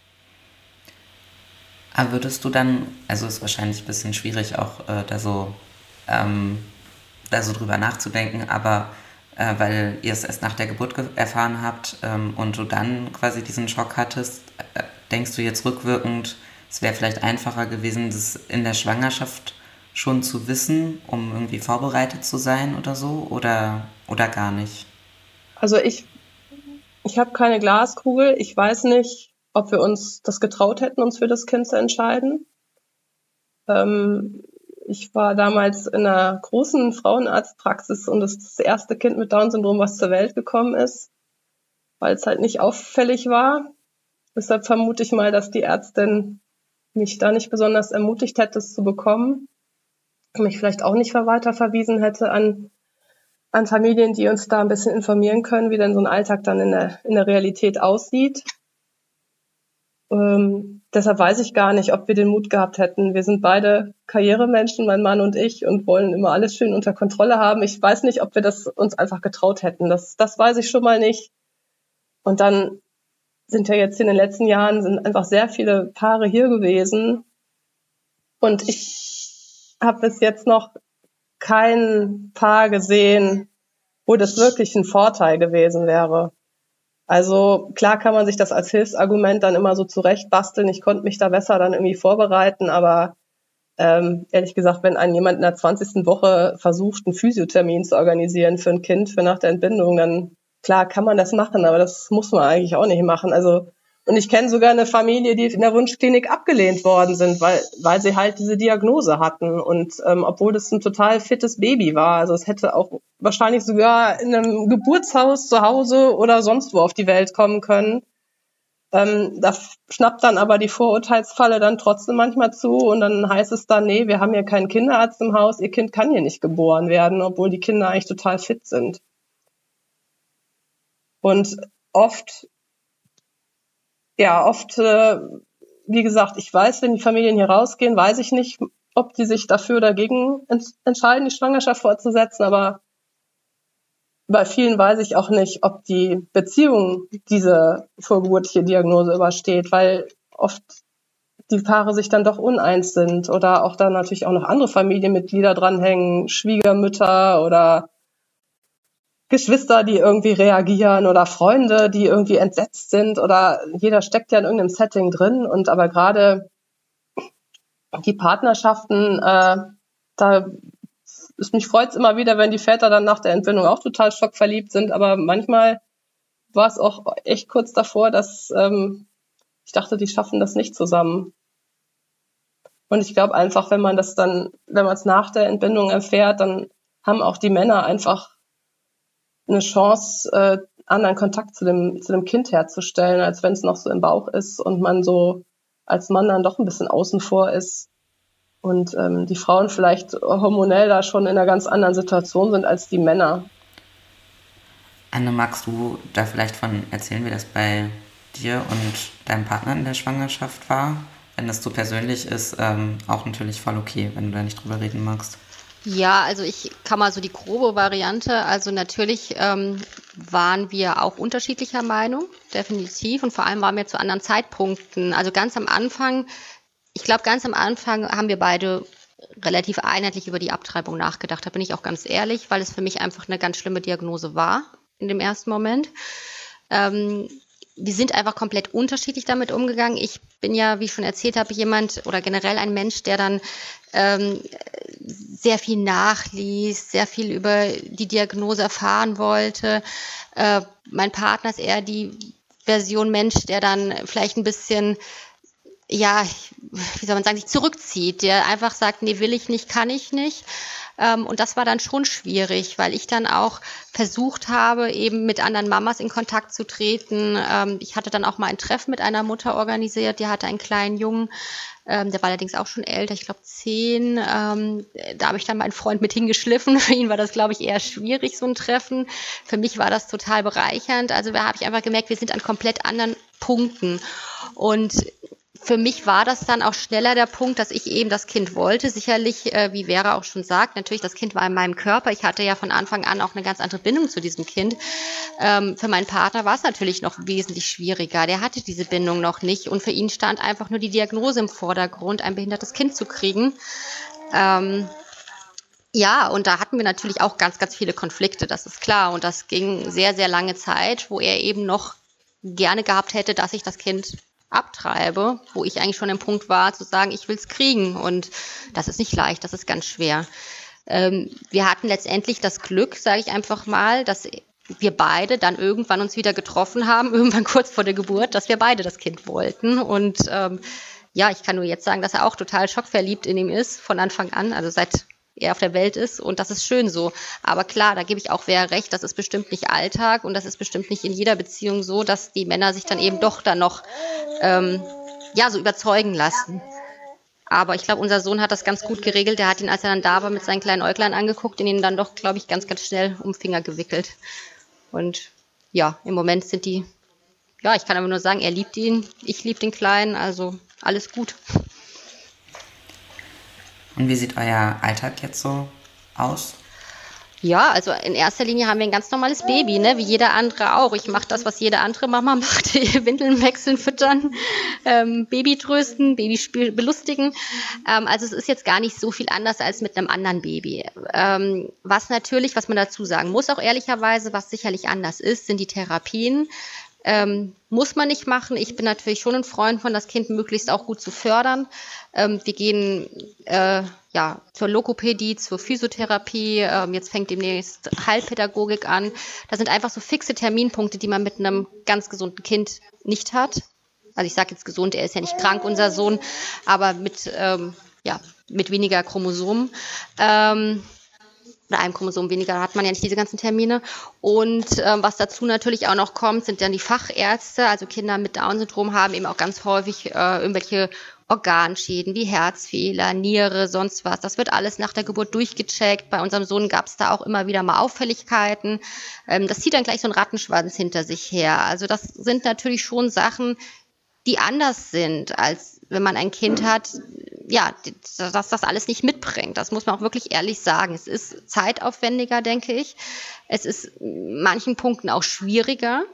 Aber würdest du dann, also ist wahrscheinlich ein bisschen schwierig auch äh, da so ähm, da so drüber nachzudenken, aber äh, weil ihr es erst nach der Geburt ge- erfahren habt ähm, und du dann quasi diesen Schock hattest, äh, denkst du jetzt rückwirkend, es wäre vielleicht einfacher gewesen, das in der Schwangerschaft schon zu wissen, um irgendwie vorbereitet zu sein oder so, oder, oder gar nicht? Also ich, ich habe keine Glaskugel. Ich weiß nicht, ob wir uns das getraut hätten, uns für das Kind zu entscheiden. Ähm, ich war damals in einer großen Frauenarztpraxis und das ist das erste Kind mit Down-Syndrom, was zur Welt gekommen ist, weil es halt nicht auffällig war. Deshalb vermute ich mal, dass die Ärztin mich da nicht besonders ermutigt hätte, es zu bekommen. Mich vielleicht auch nicht weiter verwiesen hätte an, an Familien, die uns da ein bisschen informieren können, wie denn so ein Alltag dann in der, in der Realität aussieht. Ähm, deshalb weiß ich gar nicht, ob wir den Mut gehabt hätten. Wir sind beide Karrieremenschen, mein Mann und ich, und wollen immer alles schön unter Kontrolle haben. Ich weiß nicht, ob wir das uns einfach getraut hätten. Das, das weiß ich schon mal nicht. Und dann sind ja jetzt in den letzten Jahren sind einfach sehr viele Paare hier gewesen. Und ich habe bis jetzt noch kein Paar gesehen, wo das wirklich ein Vorteil gewesen wäre. Also klar kann man sich das als Hilfsargument dann immer so zurechtbasteln. Ich konnte mich da besser dann irgendwie vorbereiten, aber ähm, ehrlich gesagt, wenn einem jemand in der zwanzigsten Woche versucht, einen Physiothermin zu organisieren für ein Kind, für nach der Entbindung, dann klar kann man das machen, aber das muss man eigentlich auch nicht machen. Also und ich kenne sogar eine Familie, die in der Wunschklinik abgelehnt worden sind, weil weil sie halt diese Diagnose hatten. Und ähm, obwohl das ein total fittes Baby war, also es hätte auch wahrscheinlich sogar in einem Geburtshaus zu Hause oder sonst wo auf die Welt kommen können. Ähm, da schnappt dann aber die Vorurteilsfalle dann trotzdem manchmal zu und dann heißt es dann, nee, wir haben hier keinen Kinderarzt im Haus, ihr Kind kann hier nicht geboren werden, obwohl die Kinder eigentlich total fit sind. Und oft Ja, oft, äh, wie gesagt, ich weiß, wenn die Familien hier rausgehen, weiß ich nicht, ob die sich dafür oder dagegen ent- entscheiden, die Schwangerschaft fortzusetzen, aber bei vielen weiß ich auch nicht, ob die Beziehung diese vorgeburtliche Diagnose übersteht, weil oft die Paare sich dann doch uneins sind oder auch dann natürlich auch noch andere Familienmitglieder dranhängen, Schwiegermütter oder Geschwister, die irgendwie reagieren oder Freunde, die irgendwie entsetzt sind oder jeder steckt ja in irgendeinem Setting drin und aber gerade die Partnerschaften, äh, da ist, mich freut's immer wieder, wenn die Väter dann nach der Entbindung auch total schockverliebt sind, aber manchmal war es auch echt kurz davor, dass ähm, ich dachte, die schaffen das nicht zusammen. Und ich glaube einfach, wenn man das dann, wenn man es nach der Entbindung erfährt, dann haben auch die Männer einfach eine Chance, äh, anderen Kontakt zu dem, zu dem Kind herzustellen, als wenn es noch so im Bauch ist und man so als Mann dann doch ein bisschen außen vor ist und ähm, die Frauen vielleicht hormonell da schon in einer ganz anderen Situation sind als die Männer. Anne, magst du da vielleicht von erzählen, wie das bei dir und deinem Partner in der Schwangerschaft war? Wenn das zu persönlich ist, ähm, auch natürlich voll okay, wenn du da nicht drüber reden magst. Ja, also ich kann mal so die grobe Variante. Also natürlich ähm, waren wir auch unterschiedlicher Meinung, definitiv. Und vor allem waren wir zu anderen Zeitpunkten. Also ganz am Anfang, ich glaube, ganz am Anfang haben wir beide relativ einheitlich über die Abtreibung nachgedacht. Da bin ich auch ganz ehrlich, weil es für mich einfach eine ganz schlimme Diagnose war in dem ersten Moment. Ähm, wir sind einfach komplett unterschiedlich damit umgegangen. Ich bin ja, wie ich schon erzählt habe, jemand oder generell ein Mensch, der dann ähm, sehr viel nachliest, sehr viel über die Diagnose erfahren wollte. Äh, mein Partner ist eher die Version Mensch, der dann vielleicht ein bisschen ja, wie soll man sagen, sich zurückzieht, der einfach sagt, nee, will ich nicht, kann ich nicht. Ähm, und das war dann schon schwierig, weil ich dann auch versucht habe, eben mit anderen Mamas in Kontakt zu treten. Ähm, ich hatte dann auch mal ein Treffen mit einer Mutter organisiert, die hatte einen kleinen Jungen, ähm, der war allerdings auch schon älter, ich glaube zehn. Ähm, da habe ich dann meinen Freund mit hingeschliffen. Für ihn war das, glaube ich, eher schwierig, so ein Treffen. Für mich war das total bereichernd. Also da habe ich einfach gemerkt, wir sind an komplett anderen Punkten. Und für mich war das dann auch schneller der Punkt, dass ich eben das Kind wollte. Sicherlich, äh, wie Vera auch schon sagt, natürlich, das Kind war in meinem Körper. Ich hatte ja von Anfang an auch eine ganz andere Bindung zu diesem Kind. Ähm, für meinen Partner war es natürlich noch wesentlich schwieriger. Der hatte diese Bindung noch nicht. Und für ihn stand einfach nur die Diagnose im Vordergrund, ein behindertes Kind zu kriegen. Ähm, ja, und da hatten wir natürlich auch ganz, ganz viele Konflikte, das ist klar. Und das ging sehr, sehr lange Zeit, wo er eben noch gerne gehabt hätte, dass ich das Kind abtreibe, wo ich eigentlich schon im Punkt war, zu sagen, ich will es kriegen. Und das ist nicht leicht, das ist ganz schwer. Ähm, wir hatten letztendlich das Glück, sage ich einfach mal, dass wir beide dann irgendwann uns wieder getroffen haben, irgendwann kurz vor der Geburt, dass wir beide das Kind wollten. Und ähm, ja, ich kann nur jetzt sagen, dass er auch total schockverliebt in ihm ist, von Anfang an, also seit er auf der Welt ist, und das ist schön so. Aber klar, da gebe ich auch Vera recht, das ist bestimmt nicht Alltag und das ist bestimmt nicht in jeder Beziehung so, dass die Männer sich dann eben doch dann noch ähm, ja so überzeugen lassen. Aber ich glaube, unser Sohn hat das ganz gut geregelt. Der hat ihn, als er dann da war, mit seinen kleinen Äuglein angeguckt und ihn dann doch, glaube ich, ganz, ganz schnell um den Finger gewickelt. Und ja, im Moment sind die, ja, ich kann aber nur sagen, er liebt ihn, ich liebe den Kleinen, also alles gut. Und wie sieht euer Alltag jetzt so aus? Ja, also in erster Linie haben wir ein ganz normales Baby, ne, wie jeder andere auch. Ich mache das, was jede andere Mama macht: Windeln wechseln, füttern, ähm, Baby trösten, Baby belustigen. Ähm, also es ist jetzt gar nicht so viel anders als mit einem anderen Baby. Ähm, was natürlich, was man dazu sagen muss, auch ehrlicherweise, was sicherlich anders ist, sind die Therapien. Ähm, muss man nicht machen. Ich bin natürlich schon ein Freund von, das Kind möglichst auch gut zu fördern. Ähm, wir gehen äh, ja zur Logopädie, zur Physiotherapie. Ähm, jetzt fängt demnächst Heilpädagogik an. Das sind einfach so fixe Terminpunkte, die man mit einem ganz gesunden Kind nicht hat. Also ich sage jetzt gesund, er ist ja nicht krank, unser Sohn, aber mit ähm, ja mit weniger Chromosomen. Ähm, Oder einem Chromosom weniger, hat man ja nicht diese ganzen Termine. Und ähm, was dazu natürlich auch noch kommt, sind dann die Fachärzte. Also Kinder mit Down-Syndrom haben eben auch ganz häufig äh, irgendwelche Organschäden wie Herzfehler, Niere, sonst was. Das wird alles nach der Geburt durchgecheckt. Bei unserem Sohn gab es da auch immer wieder mal Auffälligkeiten. Ähm, das zieht dann gleich so ein Rattenschwanz hinter sich her. Also das sind natürlich schon Sachen, die anders sind, als wenn man ein Kind hat, ja, dass das alles nicht mitbringt. Das muss man auch wirklich ehrlich sagen. Es ist zeitaufwendiger, denke ich. Es ist in manchen Punkten auch schwieriger.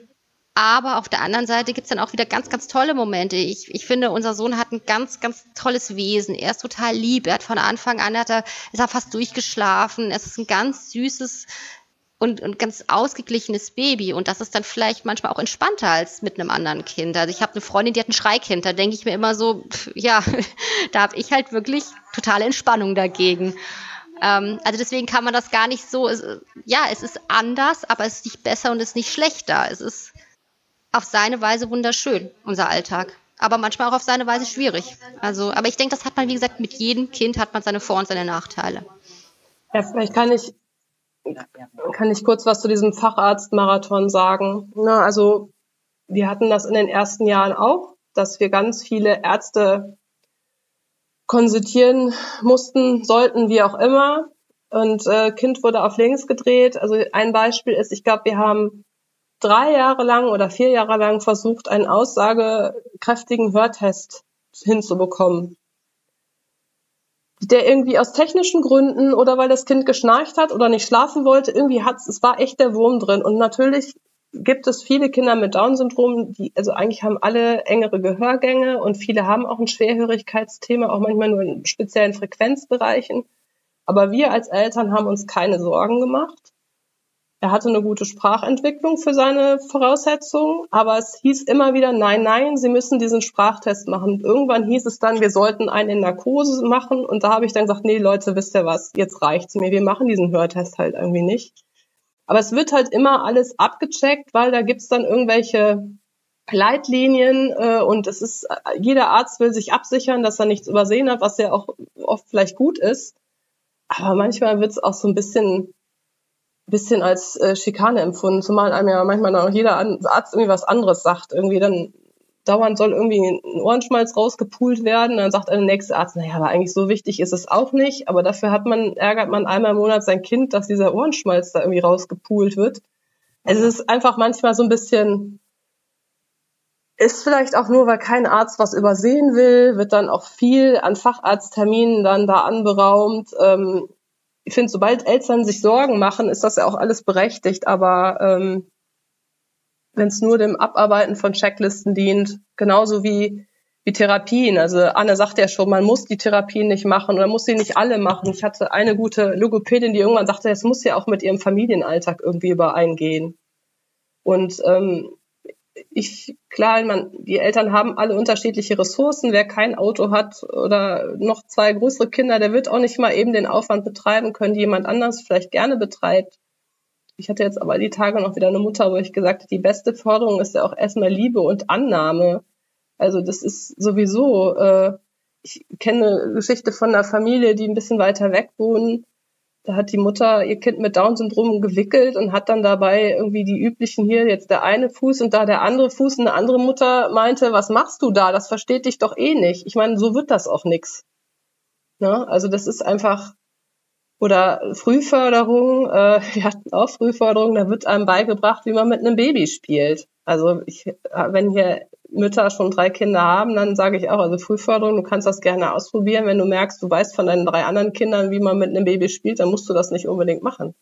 Aber auf der anderen Seite gibt es dann auch wieder ganz, ganz tolle Momente. Ich, ich finde, unser Sohn hat ein ganz, ganz tolles Wesen. Er ist total lieb. Er hat von Anfang an, hat er, ist er fast durchgeschlafen. Es ist ein ganz süßes und, und ganz ausgeglichenes Baby. Und das ist dann vielleicht manchmal auch entspannter als mit einem anderen Kind. Also ich habe eine Freundin, die hat ein Schreikind. Da denke ich mir immer so, pff, ja, da habe ich halt wirklich totale Entspannung dagegen. Ähm, also deswegen kann man das gar nicht so, es, ja, es ist anders, aber es ist nicht besser und es ist nicht schlechter. Es ist auf seine Weise wunderschön, unser Alltag. Aber manchmal auch auf seine Weise schwierig. Also, aber ich denke, das hat man, wie gesagt, mit jedem Kind hat man seine Vor- und seine Nachteile. Ja, vielleicht kann ich, kann ich kurz was zu diesem Facharztmarathon sagen. Na, also, wir hatten das in den ersten Jahren auch, dass wir ganz viele Ärzte konsultieren mussten, sollten, wie auch immer. Und äh, Kind wurde auf links gedreht. Also ein Beispiel ist, ich glaube, wir haben drei Jahre lang oder vier Jahre lang versucht, einen aussagekräftigen Hörtest hinzubekommen, der irgendwie aus technischen Gründen oder weil das Kind geschnarcht hat oder nicht schlafen wollte, irgendwie hat's, es war echt der Wurm drin. Und natürlich gibt es viele Kinder mit Down-Syndrom, die, also eigentlich haben alle engere Gehörgänge und viele haben auch ein Schwerhörigkeitsthema, auch manchmal nur in speziellen Frequenzbereichen. Aber wir als Eltern haben uns keine Sorgen gemacht. Er hatte eine gute Sprachentwicklung für seine Voraussetzungen, aber es hieß immer wieder, nein, nein, Sie müssen diesen Sprachtest machen. Irgendwann hieß es dann, wir sollten einen in Narkose machen und da habe ich dann gesagt, nee, Leute, wisst ihr was, jetzt reicht's mir, wir machen diesen Hörtest halt irgendwie nicht. Aber es wird halt immer alles abgecheckt, weil da gibt's dann irgendwelche Leitlinien äh, und es ist, jeder Arzt will sich absichern, dass er nichts übersehen hat, was ja auch oft vielleicht gut ist. Aber manchmal wird es auch so ein bisschen, bisschen als äh, Schikane empfunden, zumal einem ja manchmal auch jeder Arzt irgendwie was anderes sagt. Irgendwie dann dauernd soll irgendwie ein Ohrenschmalz rausgepult werden, dann sagt der nächste Arzt, naja, aber eigentlich so wichtig ist es auch nicht, aber dafür hat man, ärgert man einmal im Monat sein Kind, dass dieser Ohrenschmalz da irgendwie rausgepult wird. Also es ist einfach manchmal so ein bisschen, ist vielleicht auch nur, weil kein Arzt was übersehen will, wird dann auch viel an Facharztterminen dann da anberaumt. Ähm, ich finde, sobald Eltern sich Sorgen machen, ist das ja auch alles berechtigt, aber ähm, wenn es nur dem Abarbeiten von Checklisten dient, genauso wie, wie Therapien. Also Anne sagt ja schon, man muss die Therapien nicht machen oder muss sie nicht alle machen. Ich hatte eine gute Logopädin, die irgendwann sagte, es muss ja auch mit ihrem Familienalltag irgendwie übereingehen. Und ähm, ich, klar, man, die Eltern haben alle unterschiedliche Ressourcen. Wer kein Auto hat oder noch zwei größere Kinder, der wird auch nicht mal eben den Aufwand betreiben können, die jemand anders vielleicht gerne betreibt. Ich hatte jetzt aber die Tage noch wieder eine Mutter, wo ich gesagt habe, die beste Förderung ist ja auch erstmal Liebe und Annahme. Also das ist sowieso, äh, ich kenne eine Geschichte von einer Familie, die ein bisschen weiter weg wohnen. Da hat die Mutter ihr Kind mit Down-Syndrom gewickelt und hat dann dabei irgendwie die üblichen hier, jetzt der eine Fuß und da der andere Fuß. Und eine andere Mutter meinte, was machst du da? Das versteht dich doch eh nicht. Ich meine, so wird das auch nix. Ne? Also das ist einfach, oder Frühförderung, äh, wir hatten auch Frühförderung, da wird einem beigebracht, wie man mit einem Baby spielt. Also ich, wenn hier Mütter schon drei Kinder haben, dann sage ich auch, also Frühförderung, du kannst das gerne ausprobieren. Wenn du merkst, du weißt von deinen drei anderen Kindern, wie man mit einem Baby spielt, dann musst du das nicht unbedingt machen.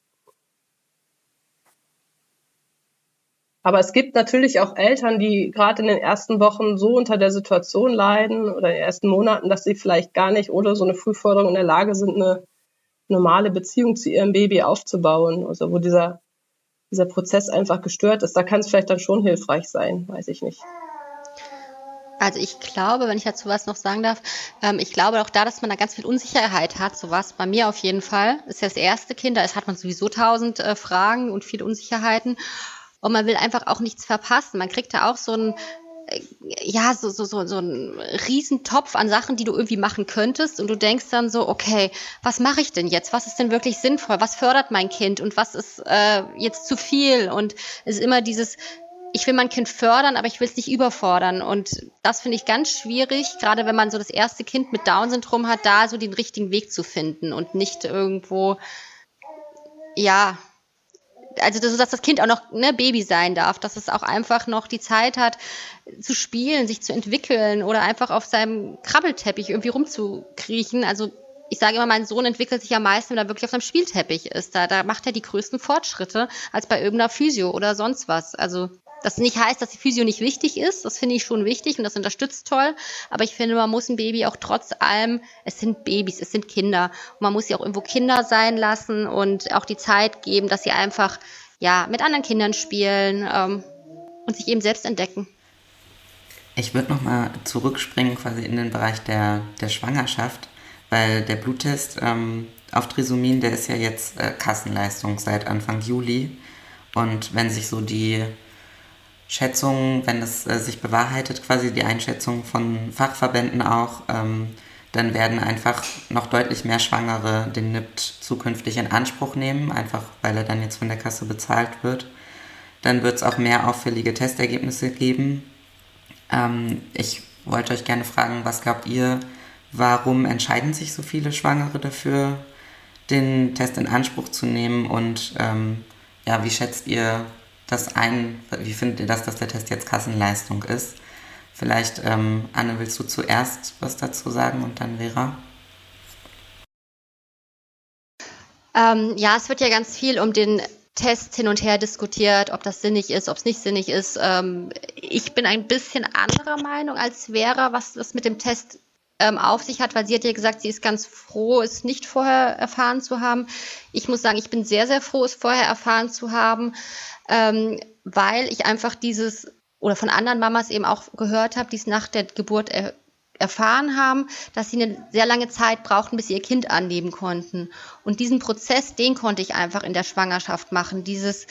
Aber es gibt natürlich auch Eltern, die gerade in den ersten Wochen so unter der Situation leiden oder in den ersten Monaten, dass sie vielleicht gar nicht ohne so eine Frühförderung in der Lage sind, eine normale Beziehung zu ihrem Baby aufzubauen. Also wo dieser, dieser Prozess einfach gestört ist, da kann es vielleicht dann schon hilfreich sein, weiß ich nicht. Also ich glaube, wenn ich dazu was noch sagen darf, ähm, ich glaube auch da, dass man da ganz viel Unsicherheit hat, sowas bei mir auf jeden Fall. Ist ja das erste Kind, da ist, hat man sowieso tausend äh, Fragen und viele Unsicherheiten und man will einfach auch nichts verpassen. Man kriegt da auch so ein ja, so, so, so, so ein Riesentopf an Sachen, die du irgendwie machen könntest und du denkst dann so, okay, was mache ich denn jetzt? Was ist denn wirklich sinnvoll? Was fördert mein Kind und was ist äh, jetzt zu viel? Und es ist immer dieses, ich will mein Kind fördern, aber ich will es nicht überfordern und das finde ich ganz schwierig, gerade wenn man so das erste Kind mit Down-Syndrom hat, da so den richtigen Weg zu finden und nicht irgendwo, ja, also dass das Kind auch noch ne, Baby sein darf, dass es auch einfach noch die Zeit hat zu spielen, sich zu entwickeln oder einfach auf seinem Krabbelteppich irgendwie rumzukriechen. Also ich sage immer, mein Sohn entwickelt sich am meisten, wenn er wirklich auf seinem Spielteppich ist. Da, da macht er die größten Fortschritte als bei irgendeiner Physio oder sonst was. Also das nicht heißt, dass die Physio nicht wichtig ist. Das finde ich schon wichtig und das unterstützt toll. Aber ich finde, man muss ein Baby auch trotz allem, es sind Babys, es sind Kinder. Und man muss sie auch irgendwo Kinder sein lassen und auch die Zeit geben, dass sie einfach ja mit anderen Kindern spielen ähm, und sich eben selbst entdecken. Ich würde nochmal zurückspringen quasi in den Bereich der, der Schwangerschaft, weil der Bluttest ähm, auf Trisomien, der ist ja jetzt äh, Kassenleistung seit Anfang Juli. Und wenn sich so die Schätzungen, wenn es äh, sich bewahrheitet, quasi die Einschätzung von Fachverbänden auch, ähm, dann werden einfach noch deutlich mehr Schwangere den N I P T zukünftig in Anspruch nehmen, einfach weil er dann jetzt von der Kasse bezahlt wird. Dann wird es auch mehr auffällige Testergebnisse geben. Ähm, ich wollte euch gerne fragen, was glaubt ihr, warum entscheiden sich so viele Schwangere dafür, den Test in Anspruch zu nehmen und ähm, ja, wie schätzt ihr das ein, wie findet ihr das, dass der Test jetzt Kassenleistung ist? Vielleicht, ähm, Anne, willst du zuerst was dazu sagen und dann Vera? Ähm, ja, es wird ja ganz viel um den Test hin und her diskutiert, ob das sinnig ist, ob es nicht sinnig ist. Ähm, ich bin ein bisschen anderer Meinung als Vera, was das mit dem Test ähm, auf sich hat, weil sie hat ja gesagt, sie ist ganz froh, es nicht vorher erfahren zu haben. Ich muss sagen, ich bin sehr, sehr froh, es vorher erfahren zu haben, ähm, weil ich einfach dieses, oder von anderen Mamas eben auch gehört habe, die es nach der Geburt er, erfahren haben, dass sie eine sehr lange Zeit brauchten, bis sie ihr Kind annehmen konnten. Und diesen Prozess, den konnte ich einfach in der Schwangerschaft machen. Dieses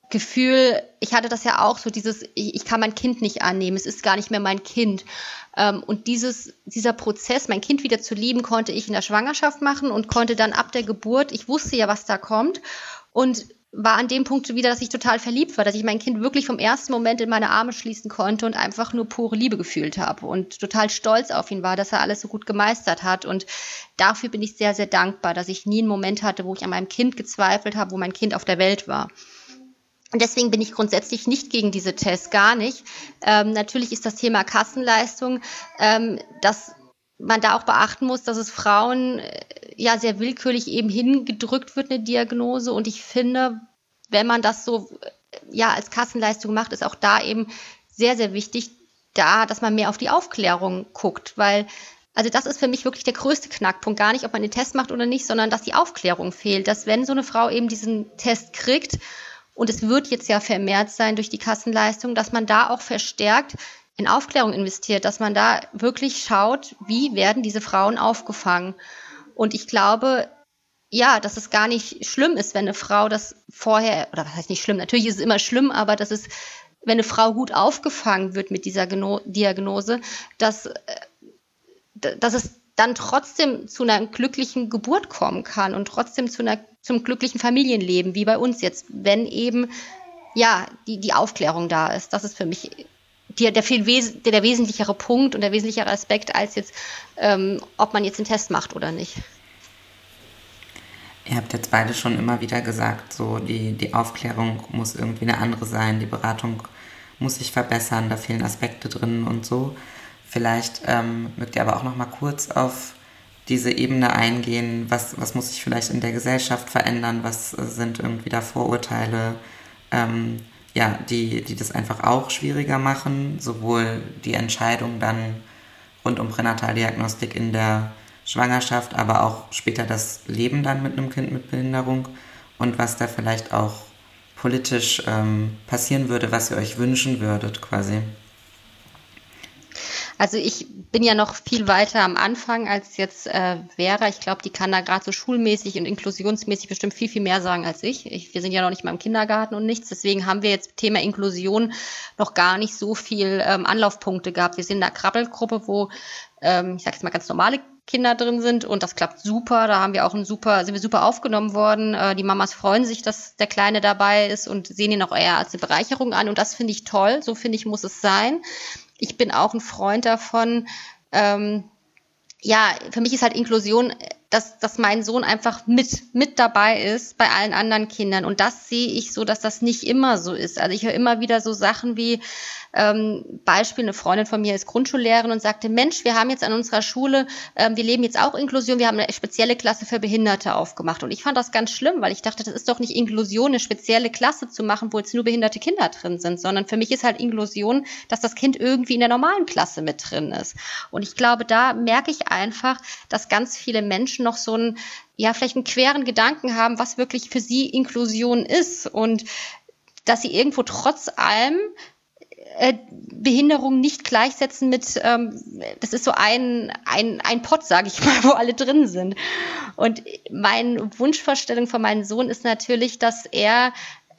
Gefühl, ich hatte das ja auch so, dieses, ich, ich kann mein Kind nicht annehmen, es ist gar nicht mehr mein Kind. Ähm, und dieses, dieser Prozess, mein Kind wieder zu lieben, konnte ich in der Schwangerschaft machen und konnte dann ab der Geburt, ich wusste ja, was da kommt und war an dem Punkt wieder, dass ich total verliebt war, dass ich mein Kind wirklich vom ersten Moment in meine Arme schließen konnte und einfach nur pure Liebe gefühlt habe und total stolz auf ihn war, dass er alles so gut gemeistert hat. Und dafür bin ich sehr, sehr dankbar, dass ich nie einen Moment hatte, wo ich an meinem Kind gezweifelt habe, wo mein Kind auf der Welt war. Und deswegen bin ich grundsätzlich nicht gegen diese Tests, gar nicht. Ähm, natürlich ist das Thema Kassenleistung, ähm, dass man da auch beachten muss, dass es Frauen äh, ja sehr willkürlich eben hingedrückt wird, eine Diagnose. Und ich finde, wenn man das so äh, ja als Kassenleistung macht, ist auch da eben sehr, sehr wichtig, da, dass man mehr auf die Aufklärung guckt, weil also das ist für mich wirklich der größte Knackpunkt. Gar nicht, ob man den Test macht oder nicht, sondern dass die Aufklärung fehlt. Dass wenn so eine Frau eben diesen Test kriegt, und es wird jetzt ja vermehrt sein durch die Kassenleistung, dass man da auch verstärkt in Aufklärung investiert, dass man da wirklich schaut, wie werden diese Frauen aufgefangen. Und ich glaube, ja, dass es gar nicht schlimm ist, wenn eine Frau das vorher, oder was heißt nicht schlimm, natürlich ist es immer schlimm, aber dass es, wenn eine Frau gut aufgefangen wird mit dieser Geno- Diagnose, dass, dass es dann trotzdem zu einer glücklichen Geburt kommen kann und trotzdem zu einer, zum glücklichen Familienleben, wie bei uns jetzt, wenn eben ja die, die Aufklärung da ist. Das ist für mich die, der, viel wes- der, der wesentlichere Punkt und der wesentlichere Aspekt, als jetzt, ähm, ob man jetzt einen Test macht oder nicht. Ihr habt jetzt beide schon immer wieder gesagt, so die, die Aufklärung muss irgendwie eine andere sein, die Beratung muss sich verbessern, da fehlen Aspekte drin und so. Vielleicht ähm, mögt ihr aber auch noch mal kurz auf diese Ebene eingehen, was, was muss sich vielleicht in der Gesellschaft verändern, was sind irgendwie da Vorurteile, ähm, ja, die, die das einfach auch schwieriger machen, sowohl die Entscheidung dann rund um Pränataldiagnostik in der Schwangerschaft, aber auch später das Leben dann mit einem Kind mit Behinderung und was da vielleicht auch politisch ähm, passieren würde, was ihr euch wünschen würdet quasi. Also ich bin ja noch viel weiter am Anfang als jetzt äh, Vera. Ich glaube, die kann da gerade so schulmäßig und inklusionsmäßig bestimmt viel, viel mehr sagen als ich. ich. Wir sind ja noch nicht mal im Kindergarten und nichts. Deswegen haben wir jetzt Thema Inklusion noch gar nicht so viel ähm, Anlaufpunkte gehabt. Wir sind in einer Krabbelgruppe, wo, ähm, ich sage jetzt mal, ganz normale Kinder drin sind und das klappt super. Da haben wir auch ein super, sind wir super aufgenommen worden. Äh, die Mamas freuen sich, dass der Kleine dabei ist und sehen ihn auch eher als eine Bereicherung an. Und das finde ich toll. So finde ich, muss es sein. Ich bin auch ein Freund davon, ähm, ja, für mich ist halt Inklusion, dass, dass mein Sohn einfach mit, mit dabei ist bei allen anderen Kindern. Und das sehe ich so, dass das nicht immer so ist. Also ich höre immer wieder so Sachen wie, ähm, Beispiel, eine Freundin von mir ist Grundschullehrerin und sagte, Mensch, wir haben jetzt an unserer Schule, ähm, wir leben jetzt auch Inklusion, wir haben eine spezielle Klasse für Behinderte aufgemacht. Und ich fand das ganz schlimm, weil ich dachte, das ist doch nicht Inklusion, eine spezielle Klasse zu machen, wo jetzt nur behinderte Kinder drin sind, sondern für mich ist halt Inklusion, dass das Kind irgendwie in der normalen Klasse mit drin ist. Und ich glaube, da merke ich einfach, dass ganz viele Menschen noch so einen, ja, vielleicht einen queren Gedanken haben, was wirklich für sie Inklusion ist und dass sie irgendwo trotz allem äh, Behinderung nicht gleichsetzen mit, ähm, das ist so ein, ein, ein Pott, sage ich mal, wo alle drin sind. Und meine Wunschvorstellung von meinem Sohn ist natürlich, dass er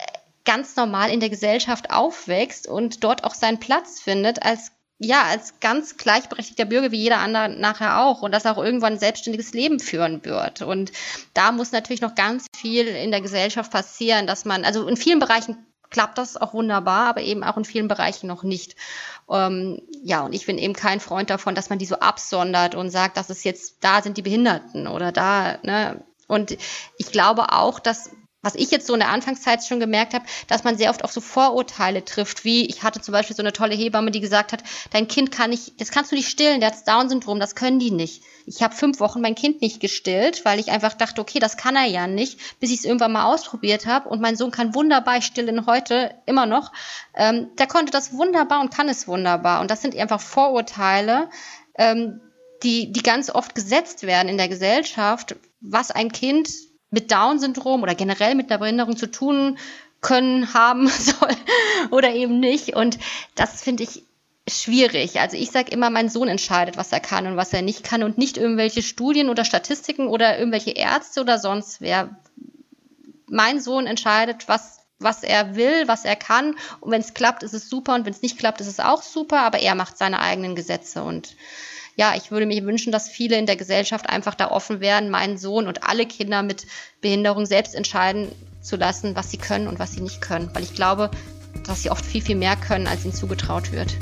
ganz normal in der Gesellschaft aufwächst und dort auch seinen Platz findet als ja, als ganz gleichberechtigter Bürger wie jeder andere nachher auch und dass er auch irgendwann ein selbstständiges Leben führen wird. Und da muss natürlich noch ganz viel in der Gesellschaft passieren, dass man, also in vielen Bereichen klappt das auch wunderbar, aber eben auch in vielen Bereichen noch nicht. Ähm, ja, und ich bin eben kein Freund davon, dass man die so absondert und sagt, das ist jetzt, da sind die Behinderten oder da, ne. Und ich glaube auch, dass was ich jetzt so in der Anfangszeit schon gemerkt habe, dass man sehr oft auf so Vorurteile trifft, wie ich hatte zum Beispiel so eine tolle Hebamme, die gesagt hat, dein Kind kann nicht, das kannst du nicht stillen, der hat Down-Syndrom, das können die nicht. Ich habe fünf Wochen mein Kind nicht gestillt, weil ich einfach dachte, okay, das kann er ja nicht, bis ich es irgendwann mal ausprobiert habe und mein Sohn kann wunderbar stillen heute, immer noch. Ähm, der konnte das wunderbar und kann es wunderbar und das sind einfach Vorurteile, ähm, die, die ganz oft gesetzt werden in der Gesellschaft, was ein Kind mit Down-Syndrom oder generell mit einer Behinderung zu tun können, haben soll oder eben nicht. Und das finde ich schwierig. Also ich sage immer, mein Sohn entscheidet, was er kann und was er nicht kann und nicht irgendwelche Studien oder Statistiken oder irgendwelche Ärzte oder sonst wer. Mein Sohn entscheidet, was was er will, was er kann. Und wenn es klappt, ist es super. Und wenn es nicht klappt, ist es auch super. Aber er macht seine eigenen Gesetze. Und ja, ich würde mir wünschen, dass viele in der Gesellschaft einfach da offen wären, meinen Sohn und alle Kinder mit Behinderung selbst entscheiden zu lassen, was sie können und was sie nicht können. Weil ich glaube, dass sie oft viel, viel mehr können, als ihnen zugetraut wird.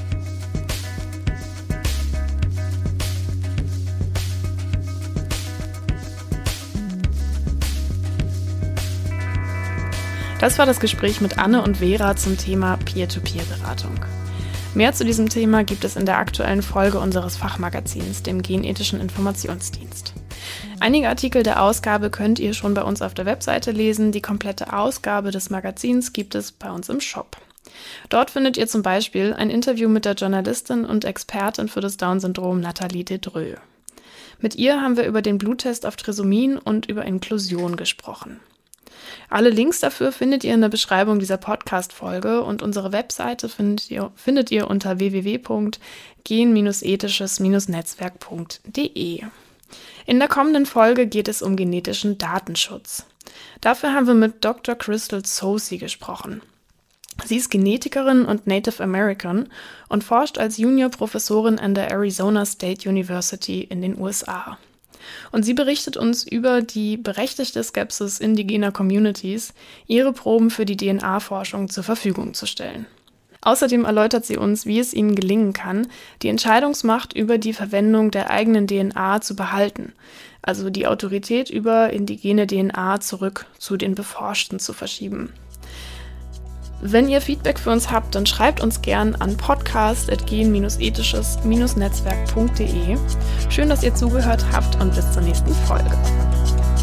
Das war das Gespräch mit Anne und Vera zum Thema Peer-to-Peer-Beratung. Mehr zu diesem Thema gibt es in der aktuellen Folge unseres Fachmagazins, dem Genethischen Informationsdienst. Einige Artikel der Ausgabe könnt ihr schon bei uns auf der Webseite lesen. Die komplette Ausgabe des Magazins gibt es bei uns im Shop. Dort findet ihr zum Beispiel ein Interview mit der Journalistin und Expertin für das Down-Syndrom Nathalie Dedreux. Mit ihr haben wir über den Bluttest auf Trisomien und über Inklusion gesprochen. Alle Links dafür findet ihr in der Beschreibung dieser Podcast-Folge und unsere Webseite findet ihr, findet ihr unter w w w punkt gen ethisches netzwerk punkt d e. In der kommenden Folge geht es um genetischen Datenschutz. Dafür haben wir mit Doktor Crystal Soucy gesprochen. Sie ist Genetikerin und Native American und forscht als Junior-Professorin an der Arizona State University in den U S A. Und sie berichtet uns über die berechtigte Skepsis indigener Communities, ihre Proben für die D N A-Forschung zur Verfügung zu stellen. Außerdem erläutert sie uns, wie es ihnen gelingen kann, die Entscheidungsmacht über die Verwendung der eigenen D N A zu behalten, also die Autorität über indigene D N A zurück zu den Beforschten zu verschieben. Wenn ihr Feedback für uns habt, dann schreibt uns gern an podcast at gen ethisches netzwerk punkt d e. Schön, dass ihr zugehört habt und bis zur nächsten Folge.